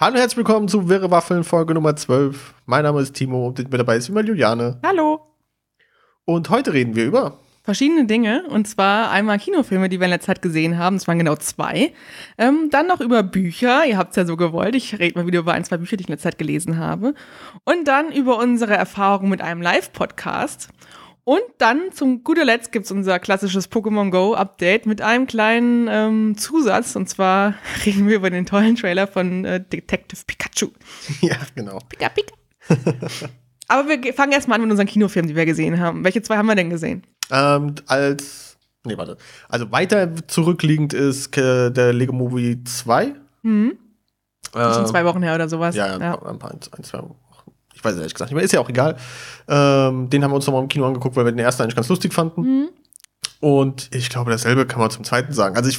Hallo und herzlich willkommen zu Wirre Waffeln, Folge Nummer 12. Mein Name ist Timo und mit dabei ist immer Juliane. Hallo. Und heute reden wir über Verschiedene Dinge, und zwar einmal Kinofilme, die wir in der Zeit gesehen haben, es waren genau 2. Dann noch über Bücher, ihr habt es ja so gewollt, ich rede mal wieder über 1, 2 Bücher, die ich in der Zeit gelesen habe. Und dann über unsere Erfahrung mit einem Live-Podcast. Und dann zum guter Letzt gibt es unser klassisches Pokémon Go Update mit einem kleinen Zusatz, und zwar reden wir über den tollen Trailer von Detective Pikachu. Ja, genau. Pika, Pika. Aber wir fangen erstmal an mit unseren Kinofilmen, die wir gesehen haben. Welche 2 haben wir denn gesehen? Also weiter zurückliegend ist der Lego Movie 2. Mhm. Schon 2 Wochen her oder sowas. Ja. Ein paar, 2 Wochen. Ich weiß es ehrlich gesagt nicht mehr, ist ja auch egal. Den haben wir uns nochmal im Kino angeguckt, weil wir den ersten eigentlich ganz lustig fanden. Mhm. Und ich glaube, dasselbe kann man zum zweiten sagen. Also ich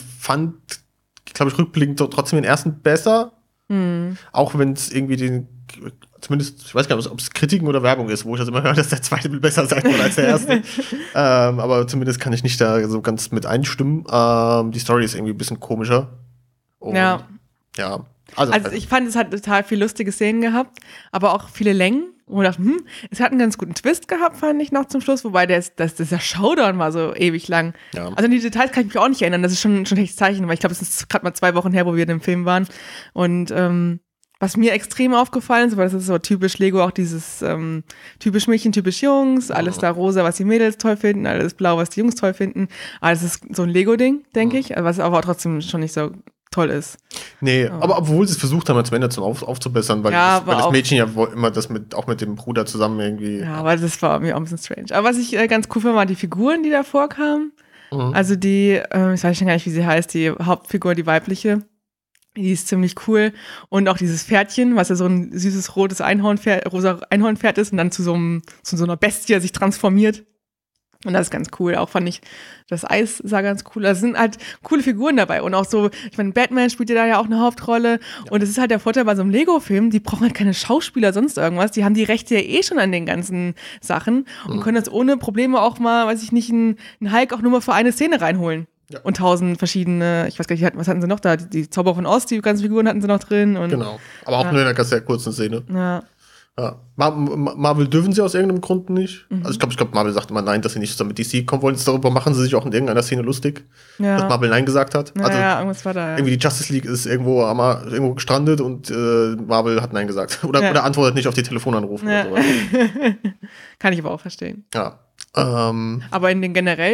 glaube, rückblickend trotzdem den ersten besser. Mhm. Auch wenn es irgendwie zumindest, ich weiß gar nicht, ob es Kritiken oder Werbung ist, wo ich das immer höre, dass der zweite besser sein soll als der erste. Aber zumindest kann ich nicht da so ganz mit einstimmen. Die Story ist irgendwie ein bisschen komischer. Und Ja. Ja. Also ich fand, es hat total viele lustige Szenen gehabt, aber auch viele Längen. Und dachte, es hat einen ganz guten Twist gehabt, fand ich noch zum Schluss, wobei dieser Showdown war so ewig lang. Ja. Also an die Details kann ich mich auch nicht erinnern, das ist schon ein echtes Zeichen, weil ich glaube, es ist gerade mal 2 Wochen her, wo wir in dem Film waren. Und was mir extrem aufgefallen ist, weil das ist so typisch Lego, auch dieses typisch Mädchen, typisch Jungs, alles da rosa, was die Mädels toll finden, alles blau, was die Jungs toll finden. Aber das ist so ein Lego-Ding, denke ich, was aber auch trotzdem schon nicht so toll ist. Nee, aber obwohl sie es versucht haben, zum Ende aufzubessern, weil das Mädchen ja immer auch mit dem Bruder zusammen irgendwie. Ja, aber das war mir auch ein bisschen strange. Aber was ich ganz cool fand, waren die Figuren, die da vorkamen. Mhm. Also ich weiß schon gar nicht, wie sie heißt, die Hauptfigur, die weibliche. Die ist ziemlich cool. Und auch dieses Pferdchen, was ja so ein süßes rosa Einhornpferd ist und dann zu so einer Bestie sich transformiert. Und das ist ganz cool. Auch fand ich, das Eis sah ganz cool. Da sind halt coole Figuren dabei. Und auch so, ich meine, Batman spielt ja da ja auch eine Hauptrolle. Ja. Und das ist halt der Vorteil bei so einem Lego-Film, die brauchen halt keine Schauspieler, sonst irgendwas. Die haben die Rechte ja schon an den ganzen Sachen und können das ohne Probleme auch mal, weiß ich nicht, einen Hulk auch nur mal für eine Szene reinholen. Ja. Und 1000 verschiedene, ich weiß gar nicht, was hatten sie noch da? Die Zauber von Oz, die ganzen Figuren hatten sie noch drin. Und, genau, aber auch nur in einer ganz sehr kurzen Szene. Ja. Ja. Marvel dürfen sie aus irgendeinem Grund nicht. Mhm. Also ich glaube, Marvel sagt immer nein, dass sie nicht zusammen mit DC kommen wollen. Darüber machen sie sich auch in irgendeiner Szene lustig, dass Marvel nein gesagt hat. Ja, also irgendwas war da, ja. Irgendwie die Justice League ist irgendwo gestrandet und Marvel hat nein gesagt. Oder antwortet nicht auf die Telefonanrufe oder sowas. Kann ich aber auch verstehen. Ja. Aber von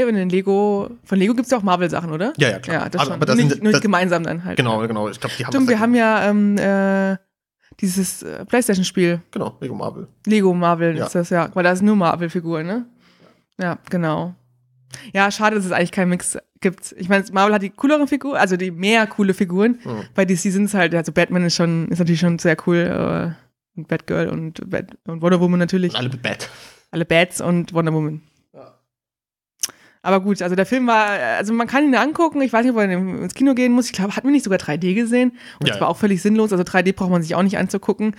Lego gibt es ja auch Marvel-Sachen, oder? Ja, klar. Ja, das schon. Aber das nicht gemeinsam dann halt. Genau. Ich glaube, die haben wir haben ja dieses PlayStation-Spiel. Genau, Lego Marvel. Lego Marvel ist das, ja. Weil da ist nur Marvel-Figuren, ne? Ja, genau. Ja, schade, dass es eigentlich keinen Mix gibt. Ich meine, Marvel hat die cooleren Figuren, also die mehr coole Figuren. Mhm. Bei DC sind es halt, also Batman ist natürlich schon sehr cool. Und Batgirl und Wonder Woman natürlich. Und alle Bat. Alle Bats und Wonder Woman. Ja. Aber gut, also der Film war, also man kann ihn angucken, ich weiß nicht, ob man ins Kino gehen muss, ich glaube, hatten wir nicht sogar 3D gesehen und das war auch völlig sinnlos, also 3D braucht man sich auch nicht anzugucken.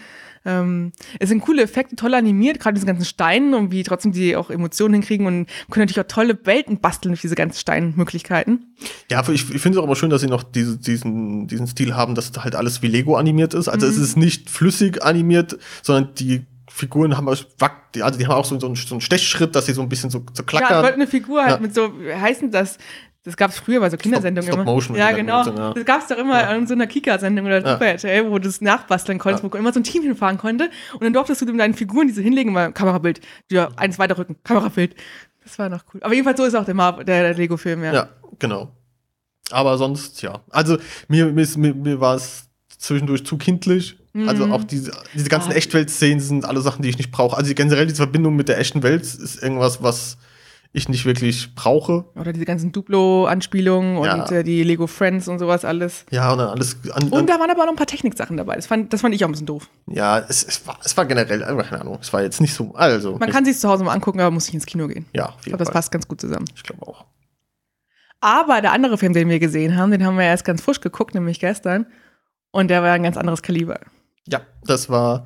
Es sind coole Effekte, toll animiert, gerade diese ganzen Steine und wie trotzdem die auch Emotionen hinkriegen und können natürlich auch tolle Welten basteln durch diese ganzen Steinmöglichkeiten. Ja, ich finde es auch immer schön, dass sie noch diesen Stil haben, dass halt alles wie Lego animiert ist, also es ist nicht flüssig animiert, sondern die Figuren haben die haben auch so einen Stechschritt, dass sie so ein bisschen so klackern. Ja, eine Figur halt mit so, wie heißt denn das? Das gab es früher bei so Kindersendungen immer. Stop-Motion. Ja, genau. Das gab es doch immer in so einer Kika-Sendung oder Super RTL, wo du das nachbasteln konntest, wo immer so ein Team hinfahren konnte. Und dann durftest du mit deinen Figuren diese hinlegen, mal Kamerabild, wieder eins weiter rücken, Kamerabild. Das war noch cool. Aber jedenfalls so ist auch der Lego-Film, ja. Ja, genau. Aber sonst, ja. Also mir war es zwischendurch zu kindlich. Also auch diese ganzen Echtwelt-Szenen sind alle Sachen, die ich nicht brauche. Also generell diese Verbindung mit der echten Welt ist irgendwas, was ich nicht wirklich brauche. Oder diese ganzen Duplo-Anspielungen und die Lego Friends und sowas alles. Ja, und dann alles. Und da waren aber auch noch ein paar Techniksachen dabei. Das fand ich auch ein bisschen doof. Ja, es war generell, keine Ahnung, es war jetzt nicht so, also. Man kann sich zu Hause mal angucken, aber muss nicht ins Kino gehen. Ja, ich glaube, das passt ganz gut zusammen. Ich glaube auch. Aber der andere Film, den wir gesehen haben, den haben wir erst ganz frisch geguckt, nämlich gestern. Und der war ein ganz anderes Kaliber. Ja, das war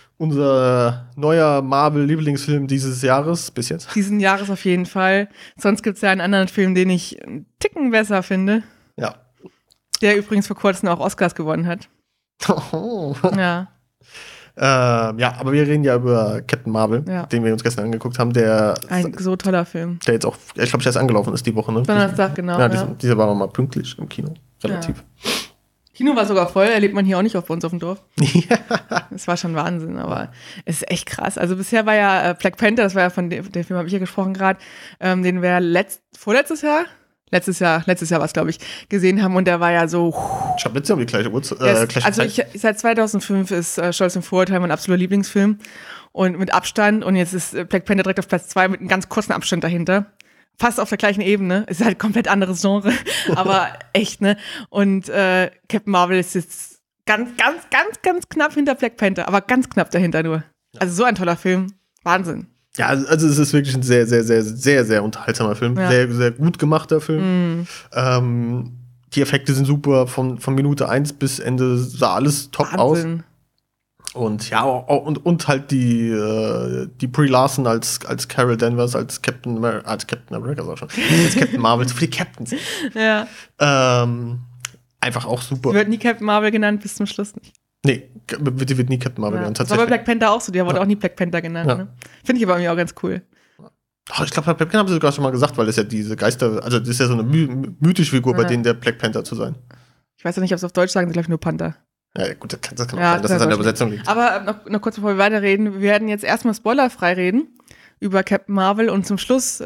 unser neuer Marvel-Lieblingsfilm dieses Jahres bis jetzt. Diesen Jahres auf jeden Fall. Sonst gibt es ja einen anderen Film, den ich einen Ticken besser finde. Ja. Der übrigens vor kurzem auch Oscars gewonnen hat. Ja. Ja, aber wir reden ja über Captain Marvel, den wir uns gestern angeguckt haben, ein so toller Film. Der jetzt auch, ich glaube, der ist angelaufen ist die Woche, ne? Donnerstag, genau. Ja, dieser war mal pünktlich im Kino, relativ. Ja. Kino war sogar voll, erlebt man hier auch nicht bei uns auf dem Dorf. Das war schon Wahnsinn, aber es ist echt krass. Also bisher war ja Black Panther, das war ja von dem Film, habe ich ja gesprochen gerade, den wir letztes Jahr war es, glaube ich, gesehen haben und der war ja so. Ich habe letztes Jahr um die gleiche Uhrzeit. Also seit 2005 ist Stolz und Vorurteil mein absoluter Lieblingsfilm und mit Abstand und jetzt ist Black Panther direkt auf Platz 2 mit einem ganz kurzen Abstand dahinter. Fast auf der gleichen Ebene. Es ist halt komplett anderes Genre, aber echt, ne? Und Captain Marvel ist jetzt ganz knapp hinter Black Panther, aber ganz knapp dahinter nur. Also so ein toller Film. Wahnsinn. Ja, also es ist wirklich ein sehr, sehr, sehr, sehr, sehr unterhaltsamer Film. Ja. Sehr, sehr gut gemachter Film. Die Effekte sind super. Von Minute 1 bis Ende sah alles top Wahnsinn. Aus. Und ja, und halt die Brie Larson als Carol Danvers, als Captain America, sag ich schon. Als Captain Marvel, so viele Captains. Ja. Einfach auch super. Sie wird nie Captain Marvel genannt, bis zum Schluss nicht. Nee, die wird nie Captain Marvel genannt. Das war bei Black Panther auch so, die wurde auch nie Black Panther genannt. Ja. Ne? Finde ich aber irgendwie auch ganz cool. Oh, ich glaube, bei Black Panther haben sie sogar schon mal gesagt, weil das ja diese Geister, also das ist ja so eine mythische Figur, bei denen der Black Panther zu sein. Ich weiß ja nicht, ob es auf Deutsch sagen, sie glaube ich nur Panther. Ja, gut, das kann auch sein, dass es an der Übersetzung liegt. Aber noch kurz bevor wir weiterreden, wir werden jetzt erstmal spoilerfrei reden über Captain Marvel und zum Schluss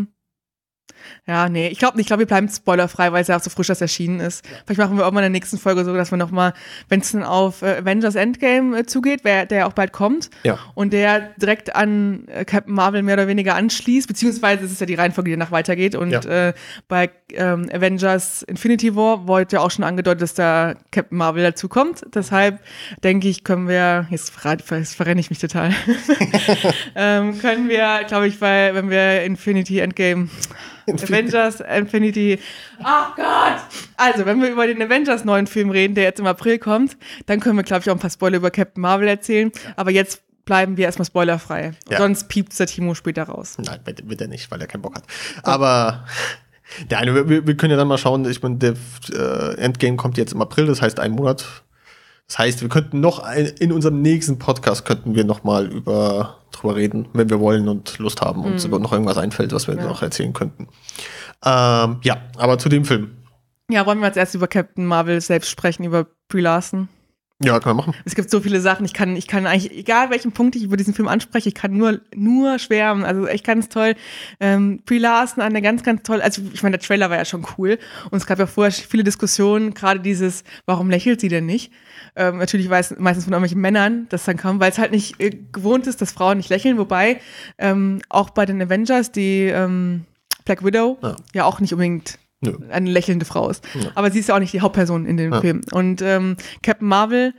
ich glaube nicht. Ich glaube, wir bleiben spoilerfrei, weil es ja auch so frisch erst erschienen ist. Ja. Vielleicht machen wir auch mal in der nächsten Folge so, dass wir nochmal, wenn es dann auf Avengers Endgame zugeht, der ja auch bald kommt und der direkt an Captain Marvel mehr oder weniger anschließt, beziehungsweise es ist ja die Reihenfolge, die danach weitergeht und bei Avengers Infinity War wurde ja auch schon angedeutet, dass da Captain Marvel dazu kommt. Deshalb denke ich, können wir, jetzt verrenne ich mich total, können wir, glaube ich, wenn wir Infinity Endgame Avengers Infinity. Oh Gott! Also, wenn wir über den Avengers neuen Film reden, der jetzt im April kommt, dann können wir, glaube ich, auch ein paar Spoiler über Captain Marvel erzählen. Aber jetzt bleiben wir erstmal spoilerfrei. Ja. Sonst piept der Timo später raus. Nein, wird er nicht, weil er keinen Bock hat. Aber wir können ja dann mal schauen. Ich meine, der Endgame kommt jetzt im April, das heißt einen Monat. Das heißt, wir könnten in unserem nächsten Podcast könnten wir noch mal drüber reden, wenn wir wollen und Lust haben und uns noch irgendwas einfällt, was wir noch erzählen könnten. Aber zu dem Film. Ja, wollen wir jetzt erst über Captain Marvel selbst sprechen, über Brie Larson? Ja, können wir machen. Es gibt so viele Sachen, ich kann eigentlich, egal welchen Punkt ich über diesen Film anspreche, ich kann nur schwärmen, also echt ganz toll. Brie Larson, eine ganz, ganz toll, also ich meine, der Trailer war ja schon cool und es gab ja vorher viele Diskussionen, gerade dieses, warum lächelt sie denn nicht? Natürlich meistens von irgendwelchen Männern, das dann kam, weil es halt nicht gewohnt ist, dass Frauen nicht lächeln, wobei auch bei den Avengers die Black Widow ja auch nicht unbedingt eine lächelnde Frau ist. Ja. Aber sie ist ja auch nicht die Hauptperson in dem Film. Und Captain Marvel,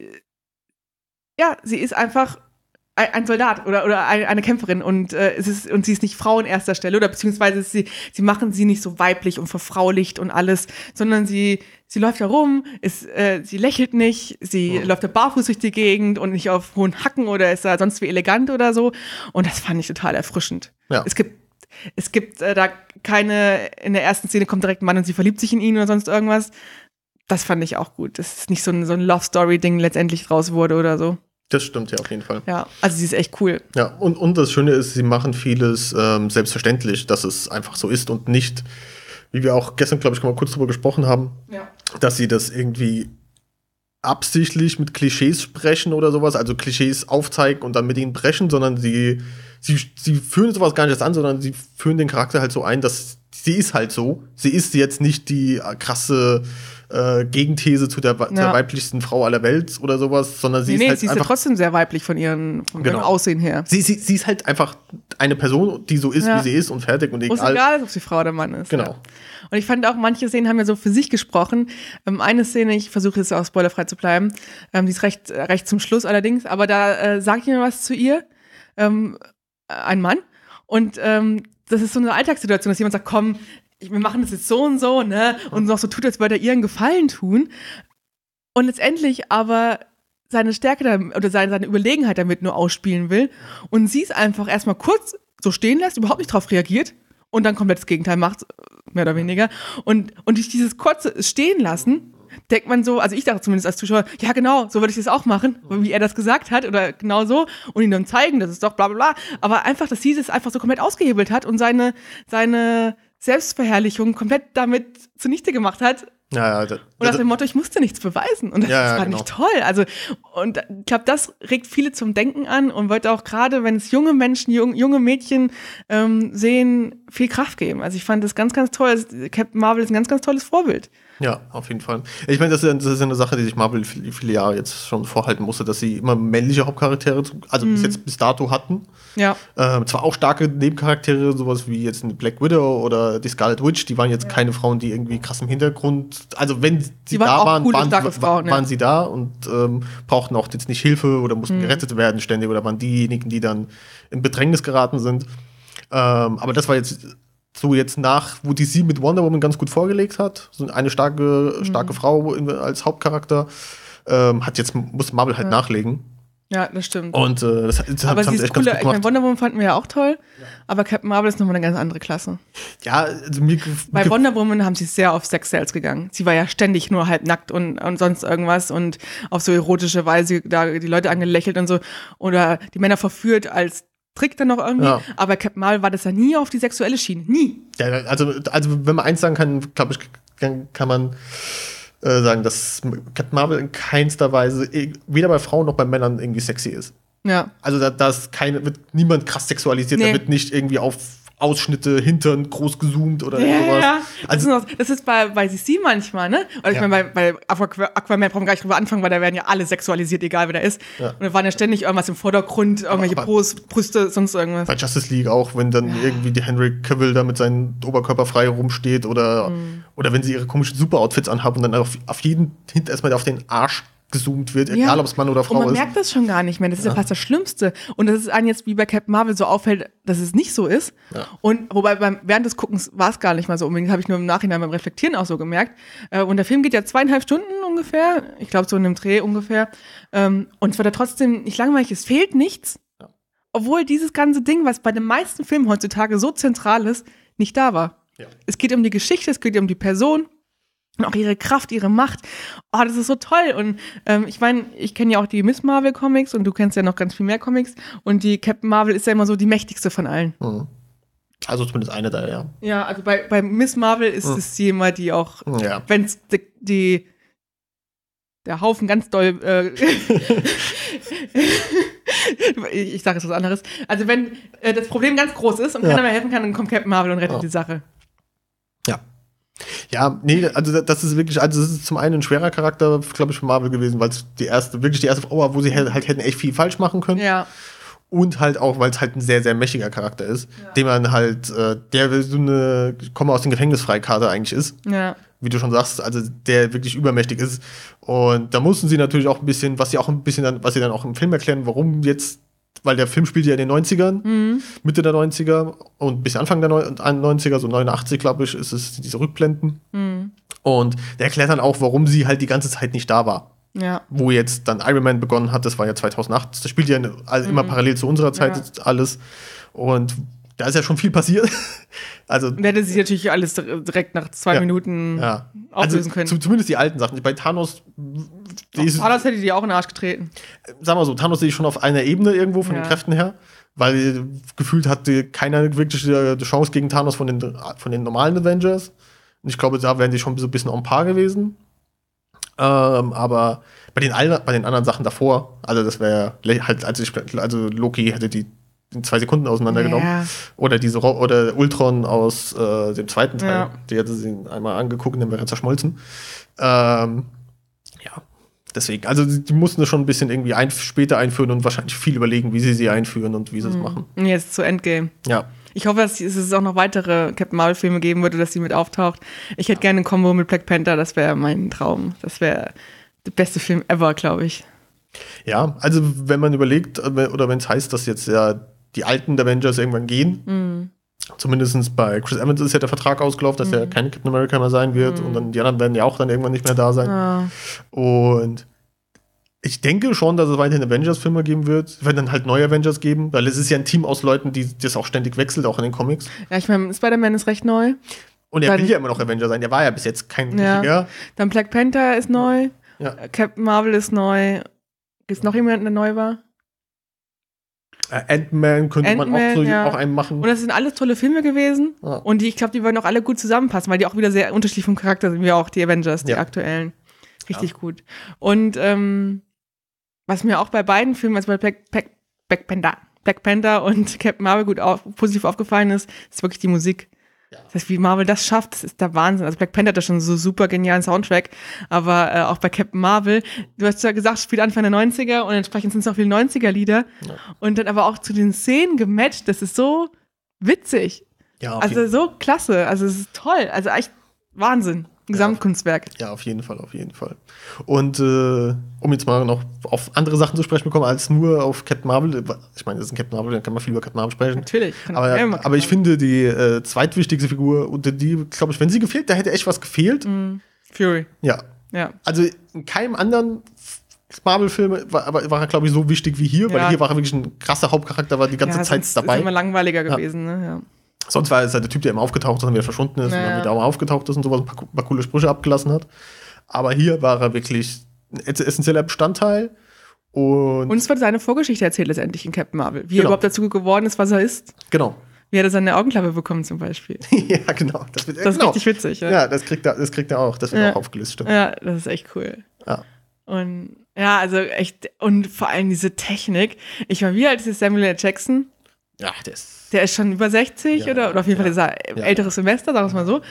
sie ist einfach ein Soldat oder eine Kämpferin und sie ist nicht Frau in erster Stelle oder beziehungsweise sie machen sie nicht so weiblich und verfraulicht und alles, sondern sie läuft da rum, sie lächelt nicht, sie läuft da barfuß durch die Gegend und nicht auf hohen Hacken oder ist da sonst wie elegant oder so. Und das fand ich total erfrischend. Ja. Es gibt da keine, in der ersten Szene kommt direkt ein Mann und sie verliebt sich in ihn oder sonst irgendwas. Das fand ich auch gut. Das ist nicht so ein Love-Story-Ding letztendlich draus wurde oder so. Das stimmt ja auf jeden Fall. Ja, also sie ist echt cool. Ja, und das Schöne ist, sie machen vieles selbstverständlich, dass es einfach so ist und nicht, wie wir auch gestern, glaube ich, mal kurz drüber gesprochen haben, dass sie das irgendwie absichtlich mit Klischees sprechen oder sowas, also Klischees aufzeigen und dann mit ihnen brechen, sondern sie führen sowas gar nicht erst an, sondern sie führen den Charakter halt so ein, dass sie ist halt so. Sie ist jetzt nicht die krasse Gegenthese zu der weiblichsten Frau aller Welt oder sowas, sondern sie ist halt sie ist ja trotzdem sehr weiblich von ihrem Aussehen her. Sie ist halt einfach eine Person, die so ist, wie sie ist und fertig und egal. Egal ist, ob sie Frau oder Mann ist. Genau. Ja. Und ich fand auch, manche Szenen haben ja so für sich gesprochen. Eine Szene, ich versuche jetzt auch spoilerfrei zu bleiben, die ist recht zum Schluss allerdings, aber da sagt jemand was zu ihr, ein Mann, und das ist so eine Alltagssituation, dass jemand sagt, komm, wir machen das jetzt so und so, ne? Und noch so tut, als würde er ihr einen Gefallen tun. Und letztendlich aber seine Stärke oder seine Überlegenheit damit nur ausspielen will. Und sie es einfach erstmal kurz so stehen lässt, überhaupt nicht drauf reagiert und dann komplett das Gegenteil macht, mehr oder weniger. Und durch dieses kurze Stehen lassen, denkt man so, also ich dachte zumindest als Zuschauer, ja genau, so würde ich das auch machen, wie er das gesagt hat oder genau so und ihm dann zeigen, das ist doch bla bla bla. Aber einfach, dass sie das einfach so komplett ausgehebelt hat und seine Selbstverherrlichung komplett damit zunichte gemacht hat. Ja, und nach dem Motto, ich musste nichts beweisen. Und das war nicht toll. Also, und ich glaube, das regt viele zum Denken an und wird auch gerade, wenn es junge Menschen, junge Mädchen sehen, viel Kraft geben. Also ich fand das ganz, ganz toll. Captain Marvel ist ein ganz, ganz tolles Vorbild. Ja, auf jeden Fall. Ich meine, das ist eine Sache, die sich Marvel viele Jahre jetzt schon vorhalten musste, dass sie immer männliche Hauptcharaktere, bis dato hatten. Ja. Zwar auch starke Nebencharaktere, sowas wie jetzt eine Black Widow oder die Scarlet Witch, die waren jetzt keine Frauen, die irgendwie krass im Hintergrund, also wenn sie da waren, waren sie da und brauchten auch jetzt nicht Hilfe oder mussten gerettet werden ständig oder waren diejenigen, die dann in Bedrängnis geraten sind. Aber das war jetzt so jetzt wo DC mit Wonder Woman ganz gut vorgelegt hat, so eine starke Frau als Hauptcharakter, muss Marvel halt nachlegen. Ja, das stimmt. Und das aber sie ist cool. Wonder Woman fanden wir ja auch toll, aber Captain Marvel ist nochmal eine ganz andere Klasse. Ja, also bei Wonder Woman haben sie sehr auf Sex-Sales gegangen. Sie war ja ständig nur halb nackt und sonst irgendwas und auf so erotische Weise da die Leute angelächelt und so oder die Männer verführt als Trick dann noch irgendwie, aber Captain Marvel war das ja nie auf die sexuelle Schiene, nie. Ja, also wenn man eins sagen kann, glaube ich, kann man sagen, dass Captain Marvel in keinster Weise, weder bei Frauen noch bei Männern irgendwie sexy ist. Ja. Also wird niemand krass sexualisiert, da wird nicht irgendwie auf Ausschnitte, Hintern groß gezoomt oder sowas. Ja. Also, das ist bei DC manchmal, ne? Oder ich meine, bei Aquaman brauchen wir gar nicht drüber anfangen, weil da werden ja alle sexualisiert, egal wer da ist. Ja. Und da waren ja ständig irgendwas im Vordergrund, irgendwelche Brüste, sonst irgendwas. Bei Justice League auch, wenn dann irgendwie die Henry Cavill da mit seinem Oberkörper frei rumsteht oder wenn sie ihre komischen Superoutfits anhaben und dann auf jeden erstmal auf den Arsch gezoomt wird, egal ob es Mann oder Frau ist. Und man merkt das schon gar nicht mehr. Das ist ja fast das Schlimmste. Und dass es einem jetzt wie bei Captain Marvel so auffällt, dass es nicht so ist. Ja. Und wobei während des Guckens war es gar nicht mal so unbedingt, habe ich nur im Nachhinein beim Reflektieren auch so gemerkt. Und der Film geht ja 2,5 Stunden ungefähr. Ich glaube so in einem Dreh ungefähr. Und es war da trotzdem nicht langweilig. Es fehlt nichts. Ja. Obwohl dieses ganze Ding, was bei den meisten Filmen heutzutage so zentral ist, nicht da war. Ja. Es geht um die Geschichte, es geht um die Person. Und auch ihre Kraft, ihre Macht. Oh, das ist so toll. Und ich meine, ich kenne ja auch die Miss Marvel Comics und du kennst ja noch ganz viel mehr Comics. Und die Captain Marvel ist ja immer so die mächtigste von allen. Also zumindest eine da, ja. Ja, also bei Miss Marvel ist es jemand, die auch, wenn es der Haufen ganz doll ich sage jetzt was anderes. Also wenn das Problem ganz groß ist und keiner mehr helfen kann, dann kommt Captain Marvel und rettet die Sache. Ja. Ja, nee, also das ist wirklich, also das ist zum einen ein schwerer Charakter, glaube ich, für Marvel gewesen, weil es die erste Frau, wo sie halt hätten echt viel falsch machen können. Ja. Und halt auch, weil es halt ein sehr, sehr mächtiger Charakter ist, dem man halt, der so eine Komme aus dem Gefängnis Freikarte eigentlich ist. Ja. Wie du schon sagst, also der wirklich übermächtig ist. Und da mussten sie natürlich auch ein bisschen, was sie dann auch im Film erklären, warum jetzt, weil der Film spielt ja in den 90ern, Mitte der 90er und bis Anfang der 90er, so 89, glaube ich, ist es diese Rückblenden. Und der erklärt dann auch, warum sie halt die ganze Zeit nicht da war. Ja. Wo jetzt dann Iron Man begonnen hat, das war ja 2008. Das spielt ja immer parallel zu unserer Zeit alles. Und da ist ja schon viel passiert. Also, und hätte sich natürlich alles direkt nach 2 Minuten auflösen können. Zumindest die alten Sachen. Bei Thanos. Thanos hätte die auch in den Arsch getreten. Sagen wir so, Thanos sehe ich schon auf einer Ebene irgendwo von den Kräften her. Weil gefühlt hatte keiner wirklich die Chance gegen Thanos von den normalen Avengers. Und ich glaube, da wären die schon so ein bisschen en par gewesen. Aber bei den anderen Sachen davor, also das wäre halt, also Loki hätte die in 2 Sekunden auseinandergenommen. Oder oder Ultron aus dem zweiten Teil. Die hätte sie einmal angeguckt und dann wäre er zerschmolzen. Deswegen, also die mussten das schon ein bisschen irgendwie später einführen und wahrscheinlich viel überlegen, wie sie einführen und wie sie es machen. Jetzt zu Endgame. Ja. Ich hoffe, dass es auch noch weitere Captain Marvel-Filme geben würde, dass sie mit auftaucht. Ich hätte gerne ein Kombo mit Black Panther, das wäre mein Traum. Das wäre der beste Film ever, glaube ich. Ja, also wenn man überlegt, oder wenn es heißt, dass jetzt ja die alten Avengers irgendwann gehen, zumindest bei Chris Evans ist ja der Vertrag ausgelaufen, dass er kein Captain America mehr sein wird und dann die anderen werden ja auch dann irgendwann nicht mehr da sein. Und ich denke schon, dass es weiterhin Avengers-Filme geben wird. Es werden dann halt neue Avengers geben, weil es ist ja ein Team aus Leuten, die das auch ständig wechselt, auch in den Comics. Ja, ich meine, Spider-Man ist recht neu. Und er will ja immer noch Avenger sein. Er war ja bis jetzt kein richtiger. Dann Black Panther ist neu. Ja. Captain Marvel ist neu. Gibt es noch jemanden, der neu war? Ant-Man könnte man auch einen machen. Und das sind alles tolle Filme gewesen. Ja. Und ich glaube, die würden auch alle gut zusammenpassen, weil die auch wieder sehr unterschiedlich vom Charakter sind, wie auch die Avengers, die aktuellen. Richtig gut. Und was mir auch bei beiden Filmen, also bei Black Panther und Captain Marvel positiv aufgefallen ist wirklich die Musik. Ja. Das heißt, wie Marvel das schafft, das ist der Wahnsinn. Also Black Panther hat da schon so super genialen Soundtrack, aber auch bei Captain Marvel, du hast ja gesagt, spielt Anfang der 90er und entsprechend sind es auch viele 90er-Lieder und dann aber auch zu den Szenen gematcht, das ist so witzig. Ja, also so klasse, also es ist toll, also echt Wahnsinn. Gesamtkunstwerk. Ja, auf jeden Fall. Und um jetzt mal noch auf andere Sachen zu sprechen bekommen, als nur auf Captain Marvel. Ich meine, das ist ein Captain Marvel, dann kann man viel über Captain Marvel sprechen. Natürlich. Aber ich finde, die zweitwichtigste Figur, unter die, glaube ich, wenn sie gefehlt, da hätte echt was gefehlt. Fury. Ja. Also in keinem anderen Marvel-Film war er, glaube ich, so wichtig wie hier, weil hier war er wirklich ein krasser Hauptcharakter, war die ganze Zeit dabei. Ist immer langweiliger gewesen, ne? Ja. Sonst war es halt der Typ, der immer aufgetaucht ist und wieder verschwunden ist und dann wieder auch mal aufgetaucht ist und sowas, ein paar coole Sprüche abgelassen hat. Aber hier war er wirklich ein essentieller Bestandteil. Und es wurde seine Vorgeschichte erzählt letztendlich in Captain Marvel. Wie er überhaupt dazu geworden ist, was er ist. Genau. Wie hat er seine Augenklappe bekommen zum Beispiel. Ja, genau. Das ist richtig witzig. Ja, das kriegt er auch. Das wird auch aufgelistet, stimmt. Ja, das ist echt cool. Ja. Und also echt, und vor allem diese Technik. Ich meine, wie alt ist Samuel L. Jackson? Ja, der ist schon über 60 oder auf jeden Fall ist er älteres Semester, sagen wir es mal so.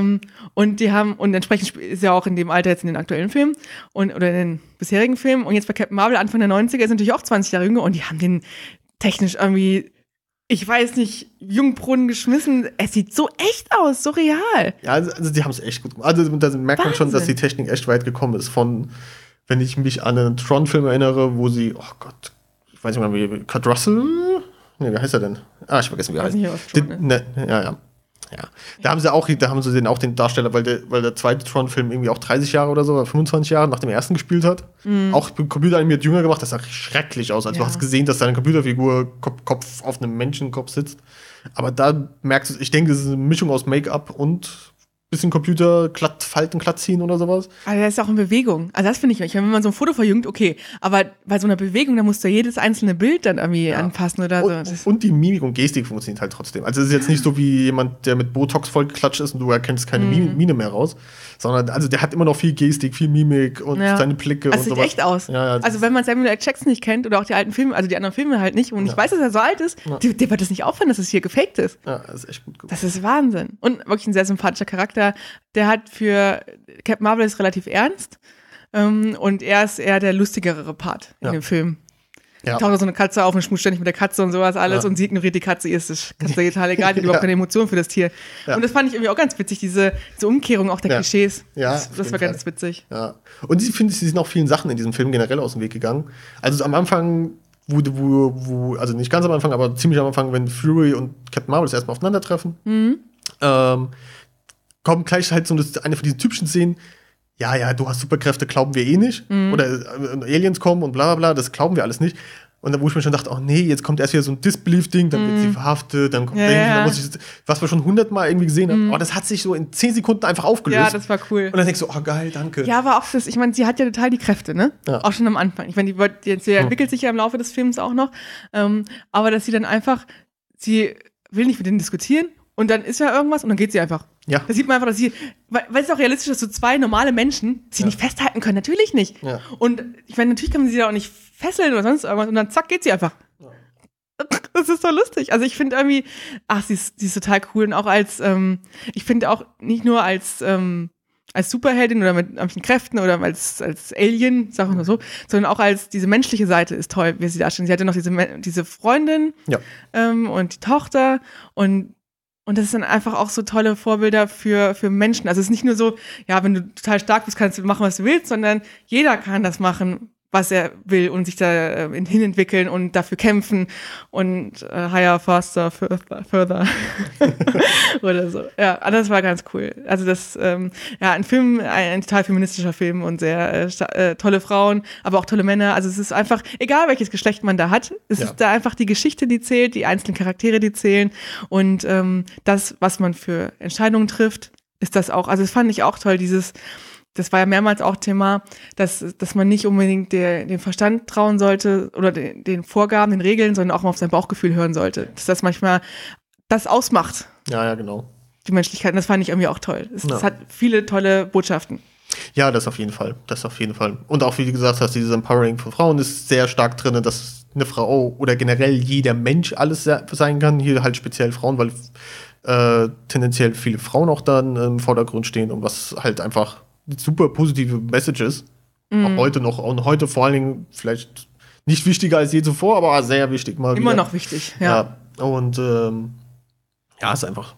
Und entsprechend ist er auch in dem Alter jetzt in den aktuellen Filmen oder in den bisherigen Filmen. Und jetzt bei Captain Marvel Anfang der 90er ist natürlich auch 20 Jahre jünger und die haben den technisch irgendwie, ich weiß nicht, Jungbrunnen geschmissen. Es sieht so echt aus, so real. Ja, also die haben es echt gut gemacht. Also da merkt man schon, dass die Technik echt weit gekommen ist. Wenn ich mich an einen Tron-Film erinnere, wo sie, oh Gott, ich weiß nicht mal, wie Kurt Russell. Nee, wie heißt er denn? Ich vergesse, wie er heißt. Ja. Da haben sie den Darsteller, weil der zweite Tron-Film irgendwie auch 30 Jahre oder so, oder 25 Jahre nach dem ersten gespielt hat. Auch computeranimiert jünger gemacht, das sah schrecklich aus. Also du hast gesehen, dass deine Computerfigur Kopf auf einem Menschenkopf sitzt. Aber da merkst du, ich denke, das ist eine Mischung aus Make-up und bisschen Computer, Falten glatt ziehen oder sowas. Also der ist auch in Bewegung. Also das finde ich, wenn man so ein Foto verjüngt, okay. Aber bei so einer Bewegung, da musst du jedes einzelne Bild dann irgendwie anpassen oder so. Und die Mimik und Gestik funktioniert halt trotzdem. Also es ist jetzt nicht so wie jemand, der mit Botox vollgeklatscht ist und du erkennst keine Mine mehr raus. Sondern, also der hat immer noch viel Gestik, viel Mimik und seine Blicke und sowas. Das sieht echt aus. Also wenn man Samuel L. Jackson nicht kennt oder auch die alten Filme, also die anderen Filme halt nicht, und ich weiß, dass er so alt ist, dir wird das nicht auffallen, dass es hier gefaked ist. Ja, das ist echt gut gemacht. Das ist Wahnsinn. Und wirklich ein sehr sympathischer Charakter. Der hat für Captain Marvel ist relativ ernst und er ist eher der lustigere Part in dem Film. Ja. Taucht so eine Katze auf und schmust ständig mit der Katze und sowas alles und sie ignoriert die Katze, ist das total egal, die hat überhaupt keine Emotionen für das Tier. Ja. Und das fand ich irgendwie auch ganz witzig, diese Umkehrung auch der Klischees. Ja, das war ganz witzig. Ja. Und sie sind auch vielen Sachen in diesem Film generell aus dem Weg gegangen. Also am Anfang, also nicht ganz am Anfang, aber ziemlich am Anfang, wenn Fury und Captain Marvel das erstmal aufeinandertreffen, kommt gleich halt so eine von diesen typischen Szenen. Ja, du hast Superkräfte, glauben wir eh nicht. Oder Aliens kommen und bla bla bla, das glauben wir alles nicht. Und dann, wo ich mir schon dachte, oh nee, jetzt kommt erst wieder so ein Disbelief-Ding, dann wird sie verhaftet, dann kommt dann muss ich, was wir schon 100-mal irgendwie gesehen haben. Aber das hat sich so in 10 Sekunden einfach aufgelöst. Ja, das war cool. Und dann denkst du, oh geil, danke. Ja, aber auch das, ich meine, sie hat ja total die Kräfte, ne? Ja. Auch schon am Anfang. Ich meine, sie entwickelt sich ja im Laufe des Films auch noch. Aber dass sie dann einfach, sie will nicht mit denen diskutieren und dann ist ja irgendwas und dann geht sie einfach. Ja. Da sieht man einfach, dass sie, weil es ist auch realistisch, dass so zwei normale Menschen sich nicht festhalten können. Natürlich nicht. Ja. Und ich meine, natürlich kann man sie da auch nicht fesseln oder sonst irgendwas und dann zack, geht sie einfach. Ja. Das ist so lustig. Also ich finde irgendwie, sie ist total cool und auch als, ich finde auch nicht nur als Superheldin oder mit irgendwelchen Kräften oder als Alien, sagen wir mal so, sondern auch als diese menschliche Seite ist toll, wie sie darstellen. Sie hatte noch diese Freundin und die Tochter und das sind einfach auch so tolle Vorbilder für Menschen. Also es ist nicht nur so, ja, wenn du total stark bist, kannst du machen, was du willst, sondern jeder kann das machen, was er will und sich da hinentwickeln und dafür kämpfen und higher, faster, further oder so. Ja, das war ganz cool. Also das, ein Film, ein total feministischer Film und sehr tolle Frauen, aber auch tolle Männer. Also es ist einfach, egal welches Geschlecht man da hat, es ist da einfach die Geschichte, die zählt, die einzelnen Charaktere, die zählen und das, was man für Entscheidungen trifft, ist das auch. Also das fand ich auch toll, das war ja mehrmals auch Thema, dass man nicht unbedingt den Verstand trauen sollte oder den Vorgaben, den Regeln, sondern auch mal auf sein Bauchgefühl hören sollte. Dass das manchmal das ausmacht. Ja, genau. Die Menschlichkeit. Und das fand ich irgendwie auch toll. Es hat viele tolle Botschaften. Ja, das auf jeden Fall. Und auch, wie du gesagt hast, dieses Empowering von Frauen ist sehr stark drin, dass eine Frau oder generell jeder Mensch alles sein kann. Hier halt speziell Frauen, weil tendenziell viele Frauen auch dann im Vordergrund stehen und was halt einfach super positive Messages. Auch heute noch. Und heute vor allen Dingen vielleicht nicht wichtiger als je zuvor, aber sehr wichtig mal Immer wieder. noch wichtig, ja. Und ist einfach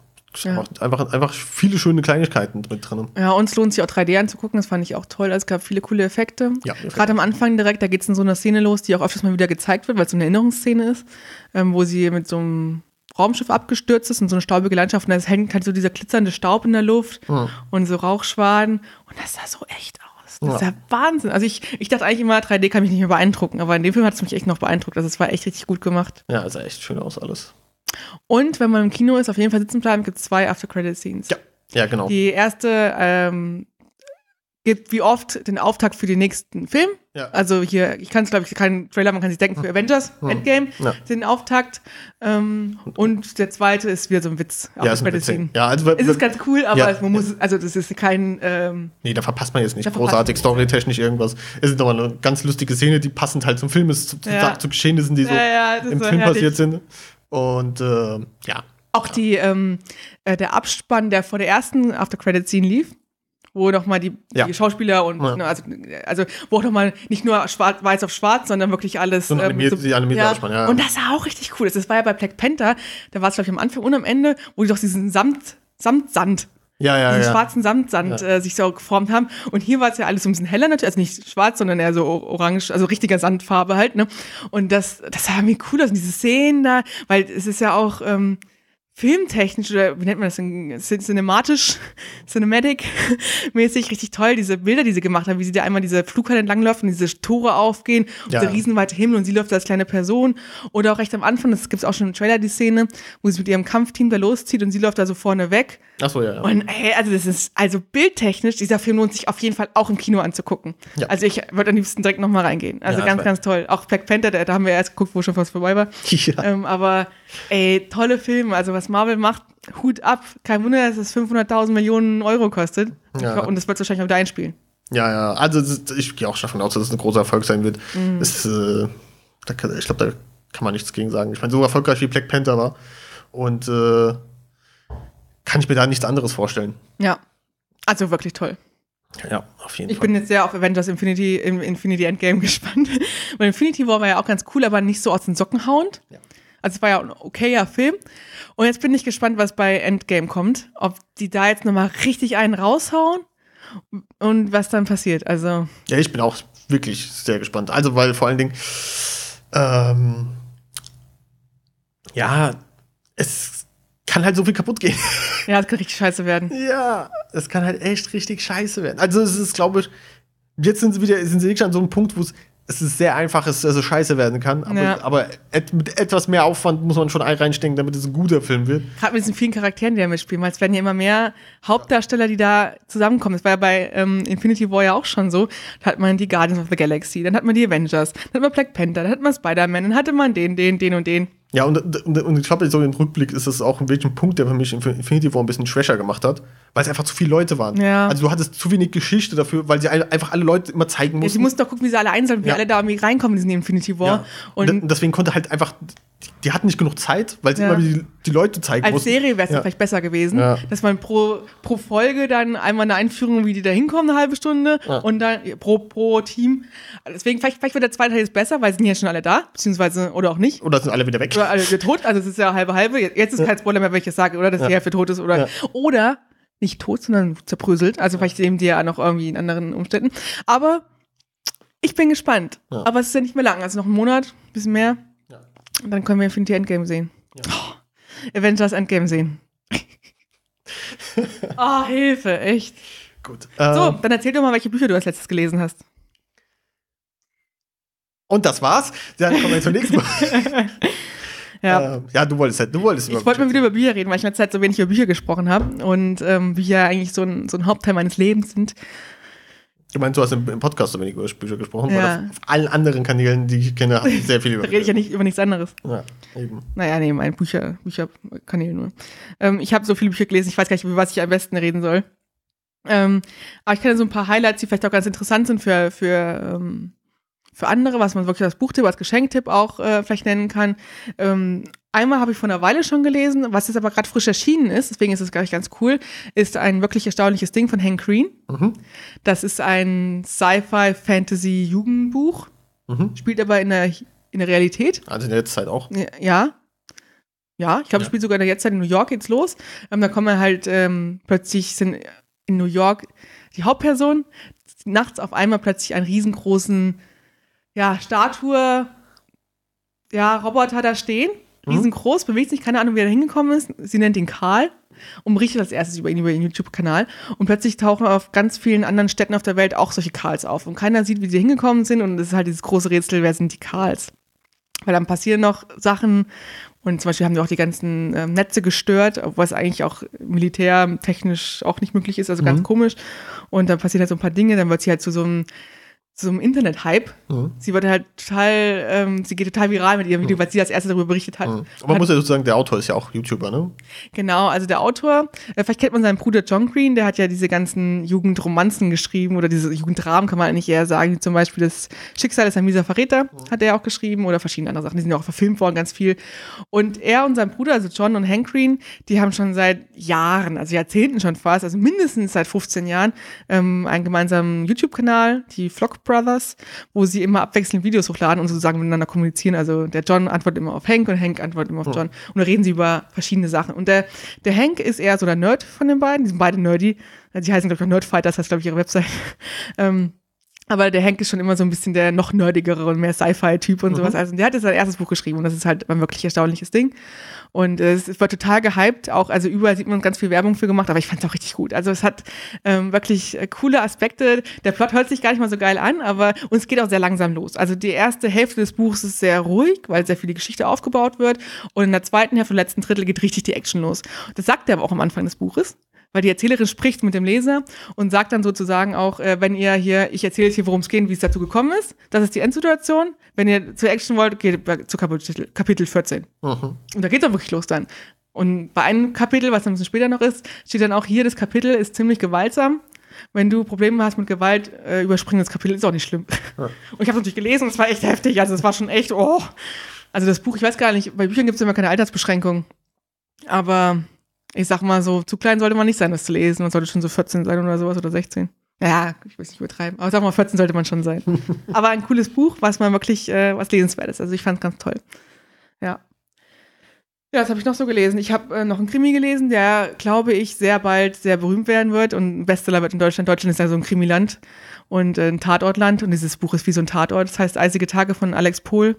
viele schöne Kleinigkeiten mit drin. Ja, uns lohnt sich auch 3D anzugucken, das fand ich auch toll. Also es gab viele coole Effekte. Ja, gerade am Anfang direkt, da geht es in so einer Szene los, die auch öfters mal wieder gezeigt wird, weil es so eine Erinnerungsszene ist, wo sie mit so einem Raumschiff abgestürzt ist und so eine staubige Landschaft und da hängt halt so dieser glitzernde Staub in der Luft und so Rauchschwaden und das sah so echt aus. Das ist ja Wahnsinn. Also ich dachte eigentlich immer, 3D kann mich nicht mehr beeindrucken, aber in dem Film hat es mich echt noch beeindruckt. Also es war echt richtig gut gemacht. Ja, es sah echt schön aus alles. Und wenn man im Kino ist, auf jeden Fall sitzen bleiben, gibt es 2 After-Credit-Scenes. Ja, genau. Die erste gibt wie oft den Auftakt für den nächsten Film. Ja. Also hier, ich kann es, glaube ich, keinen Trailer, man kann sich denken, für Avengers, Endgame, den Auftakt. Und der zweite ist wieder so ein Witz. Ja, ist ein Witz. Ja, also, es ist ganz cool, aber man muss, also das ist kein nee, da verpasst man jetzt nicht großartig storytechnisch irgendwas. Es ist nochmal eine ganz lustige Szene, die passend halt zum Film ist, zu Geschehnissen, die so im Film passiert sind. Und auch der Abspann, der vor der ersten After-Credit-Scene lief, wo nochmal die Schauspieler und also wo auch nochmal nicht nur weiß auf schwarz, sondern wirklich alles so animiert Abspann, ja. Und das sah auch richtig cool. Das war ja bei Black Panther, da war es, glaube ich, am Anfang und am Ende, wo die doch diesen Samtsand schwarzen Samtsand sich so geformt haben. Und hier war es ja alles so ein bisschen heller natürlich, also nicht schwarz, sondern eher so orange, also richtiger Sandfarbe halt, ne? Und das sah irgendwie cool aus, und diese Szenen da, weil es ist ja auch filmtechnisch, oder wie nennt man das denn, Cinematic-mäßig richtig toll, diese Bilder, die sie gemacht haben, wie sie da einmal diese Flughalle entlangläuft und diese Tore aufgehen, und dieser riesenweite Himmel und sie läuft da als kleine Person. Oder auch recht am Anfang, das gibt's auch schon im Trailer, die Szene, wo sie mit ihrem Kampfteam da loszieht und sie läuft da so vorne weg. Ach so, ja. Und also das ist, also bildtechnisch, dieser Film lohnt sich auf jeden Fall auch im Kino anzugucken. Ja. Also ich würde am liebsten direkt nochmal reingehen. Also ganz, ganz toll. Auch Black Panther, da haben wir erst geguckt, wo schon fast vorbei war. Ja. Aber tolle Filme. Also was Marvel macht, Hut ab. Kein Wunder, dass es 500.000 Millionen Euro kostet. Ja. Und das wird wahrscheinlich auch wieder einspielen. Ja. Also ich gehe auch davon aus, dass es ein großer Erfolg sein wird. Ich glaube, da kann man nichts gegen sagen. Ich meine, so erfolgreich wie Black Panther war. Und kann ich mir da nichts anderes vorstellen. Ja, also wirklich toll. Ja, auf jeden Fall. Ich bin jetzt sehr auf Avengers Infinity Endgame gespannt. Weil Infinity War war ja auch ganz cool, aber nicht so aus den Socken hauend. Ja. Also es war ja ein okayer Film. Und jetzt bin ich gespannt, was bei Endgame kommt. Ob die da jetzt nochmal richtig einen raushauen und was dann passiert. Also ja, ich bin auch wirklich sehr gespannt. Also weil vor allen Dingen es kann halt so viel kaputt gehen. Ja, es kann richtig scheiße werden. Ja, es kann halt echt richtig scheiße werden. Also es ist, glaube ich, jetzt sind sie wirklich an so einem Punkt, wo es ist sehr einfach, also scheiße werden kann. Aber mit etwas mehr Aufwand muss man schon reinstecken, damit es ein guter Film wird. Gerade mit diesen vielen Charakteren, die da mitspielen, weil es werden ja immer mehr Hauptdarsteller, die da zusammenkommen. Das war ja bei Infinity War ja auch schon so. Da hat man die Guardians of the Galaxy, dann hat man die Avengers, dann hat man Black Panther, dann hat man Spider-Man, dann hatte man den und den. Ja, und ich glaube, so im Rückblick ist das auch ein welchen Punkt, der für mich Infinity War ein bisschen schwächer gemacht hat, weil es einfach zu viele Leute waren. Ja. Also du hattest zu wenig Geschichte dafür, weil sie einfach alle Leute immer zeigen mussten. Ja, sie mussten doch gucken, wie sie alle einsammeln, wie alle da irgendwie reinkommen in diesen Infinity War. Ja. Und deswegen konnte halt einfach, die hatten nicht genug Zeit, weil sie immer die Leute zeigen mussten. Als Serie wäre es vielleicht besser gewesen, dass man pro Folge dann einmal eine Einführung, wie die da hinkommen, eine halbe Stunde und dann pro Team. Deswegen, vielleicht wird der zweite Teil jetzt besser, weil sie sind ja schon alle da, beziehungsweise, oder auch nicht. Oder sind alle wieder weg. Oder alle wieder tot, also es ist ja halbe. Jetzt ist kein Spoiler mehr, wenn ich das sage, oder dass die Hälfte tot ist, oder nicht tot, sondern zerbröselt. Also vielleicht sehen die ja noch irgendwie in anderen Umständen. Aber Ich bin gespannt. Ja. Aber es ist ja nicht mehr lang. Also noch einen Monat, ein bisschen mehr. Ja. Und dann können wir Infinity Endgame sehen. Ja. Avengers Endgame sehen. Oh, Hilfe, echt. Gut. So, dann erzähl doch mal, welche Bücher du als letztes gelesen hast. Und das war's. Dann kommen wir zur nächsten Ja. Ja, du wolltest Ich wollte mal wieder über Bücher reden, weil ich in letzter Zeit so wenig über Bücher gesprochen habe und Bücher eigentlich so ein Hauptteil meines Lebens sind. Du meinst, du hast im Podcast so wenig über Bücher gesprochen, Ja. weil auf allen anderen Kanälen, die ich kenne, hast du sehr viel über Da rede ich ja nicht über nichts anderes. Ja, eben. Naja, nee, mein Bücherkanäle nur. Ich habe so viele Bücher gelesen, ich weiß gar nicht, über was ich am besten reden soll. Aber ich kenne so ein paar Highlights, die vielleicht auch ganz interessant sind für andere, was man wirklich als Buchtipp, als Geschenktipp auch vielleicht nennen kann. Einmal habe ich vor einer Weile schon gelesen, was jetzt aber gerade frisch erschienen ist, deswegen ist es, glaube ich, ganz cool, ist ein wirklich erstaunliches Ding von Hank Green. Mhm. Das ist ein Sci-Fi-Fantasy-Jugendbuch, spielt aber in der Realität. Also in der Jetztzeit auch. Ja. Ja, ich glaube, es spielt sogar in der Jetztzeit in New York geht's los. Da kommen halt plötzlich sind in New York die Hauptperson nachts auf einmal plötzlich einen riesengroßen Statue, Roboter da stehen. Riesengroß, bewegt sich, keine Ahnung, wie er da hingekommen ist. Sie nennt ihn Karl und berichtet als erstes über ihren YouTube-Kanal. Und plötzlich tauchen auf ganz vielen anderen Städten auf der Welt auch solche Karls auf. Und keiner sieht, wie sie hingekommen sind. Und es ist halt dieses große Rätsel, wer sind die Karls? Weil dann passieren noch Sachen. Und zum Beispiel haben die auch die ganzen Netze gestört, was eigentlich auch militärtechnisch auch nicht möglich ist. Also ganz komisch. Und dann passieren halt so ein paar Dinge. Dann wird sie halt zu so einem Internet-Hype. Sie wird halt sie geht total viral mit ihrem Video, weil sie das erste darüber berichtet hat. Aber man muss ja sozusagen, der Autor ist ja auch YouTuber, ne? Genau, also der Autor, vielleicht kennt man seinen Bruder John Green, der hat ja diese ganzen Jugendromanzen geschrieben oder diese Jugenddramen, kann man eigentlich eher sagen, wie zum Beispiel das Schicksal ist ein mieser Verräter, hat er auch geschrieben oder verschiedene andere Sachen, die sind ja auch verfilmt worden, ganz viel. Und er und sein Bruder, also John und Hank Green, die haben schon seit Jahren, also Jahrzehnten schon fast, also mindestens seit 15 Jahren, einen gemeinsamen YouTube-Kanal, die Vlog Brothers, wo sie immer abwechselnd Videos hochladen und sozusagen miteinander kommunizieren. Also der John antwortet immer auf Hank und Hank antwortet immer auf John. Und da reden sie über verschiedene Sachen. Und der Hank ist eher so der Nerd von den beiden. Die sind beide nerdy. Die heißen, glaube ich, auch Nerdfighters, heißt, glaube ich, ihre Website. Aber der Hank ist schon immer so ein bisschen der noch nerdigere und mehr Sci-Fi-Typ und sowas. Also der hat jetzt sein erstes Buch geschrieben und das ist halt ein wirklich erstaunliches Ding. Und es wird total gehypt, auch, also überall sieht man ganz viel Werbung für gemacht, aber ich fand es auch richtig gut. Also es hat wirklich coole Aspekte. Der Plot hört sich gar nicht mal so geil an, und es geht auch sehr langsam los. Also die erste Hälfte des Buchs ist sehr ruhig, weil sehr viel die Geschichte aufgebaut wird. Und in der zweiten Hälfte, im letzten Drittel geht richtig die Action los. Das sagt er aber auch am Anfang des Buches. Weil die Erzählerin spricht mit dem Leser und sagt dann sozusagen auch, wenn ihr hier, ich erzähle jetzt hier, worum es geht, wie es dazu gekommen ist. Das ist die Endsituation. Wenn ihr zur Action wollt, geht zu Kapitel 14. Und da geht es auch wirklich los dann. Und bei einem Kapitel, was dann ein bisschen später noch ist, steht dann auch hier, das Kapitel ist ziemlich gewaltsam. Wenn du Probleme hast mit Gewalt, überspringen das Kapitel, ist auch nicht schlimm. Ja. Und ich habe es natürlich gelesen und es war echt heftig. Also es war schon echt, Also das Buch, ich weiß gar nicht, bei Büchern gibt es immer keine Altersbeschränkung. Aber ich sag mal so, zu klein sollte man nicht sein, das zu lesen. Man sollte schon so 14 sein oder sowas oder 16. Ja, ich will es nicht übertreiben. Aber sag mal, 14 sollte man schon sein. Aber ein cooles Buch, was man wirklich, was lesenswert ist. Also ich fand es ganz toll. Ja. Ja, das habe ich noch so gelesen. Ich habe noch einen Krimi gelesen, der, glaube ich, sehr bald sehr berühmt werden wird und ein Bestseller wird in Deutschland. Deutschland ist ja so ein Krimiland und ein Tatortland. Und dieses Buch ist wie so ein Tatort. Das heißt Eisige Tage von Alex Pohl.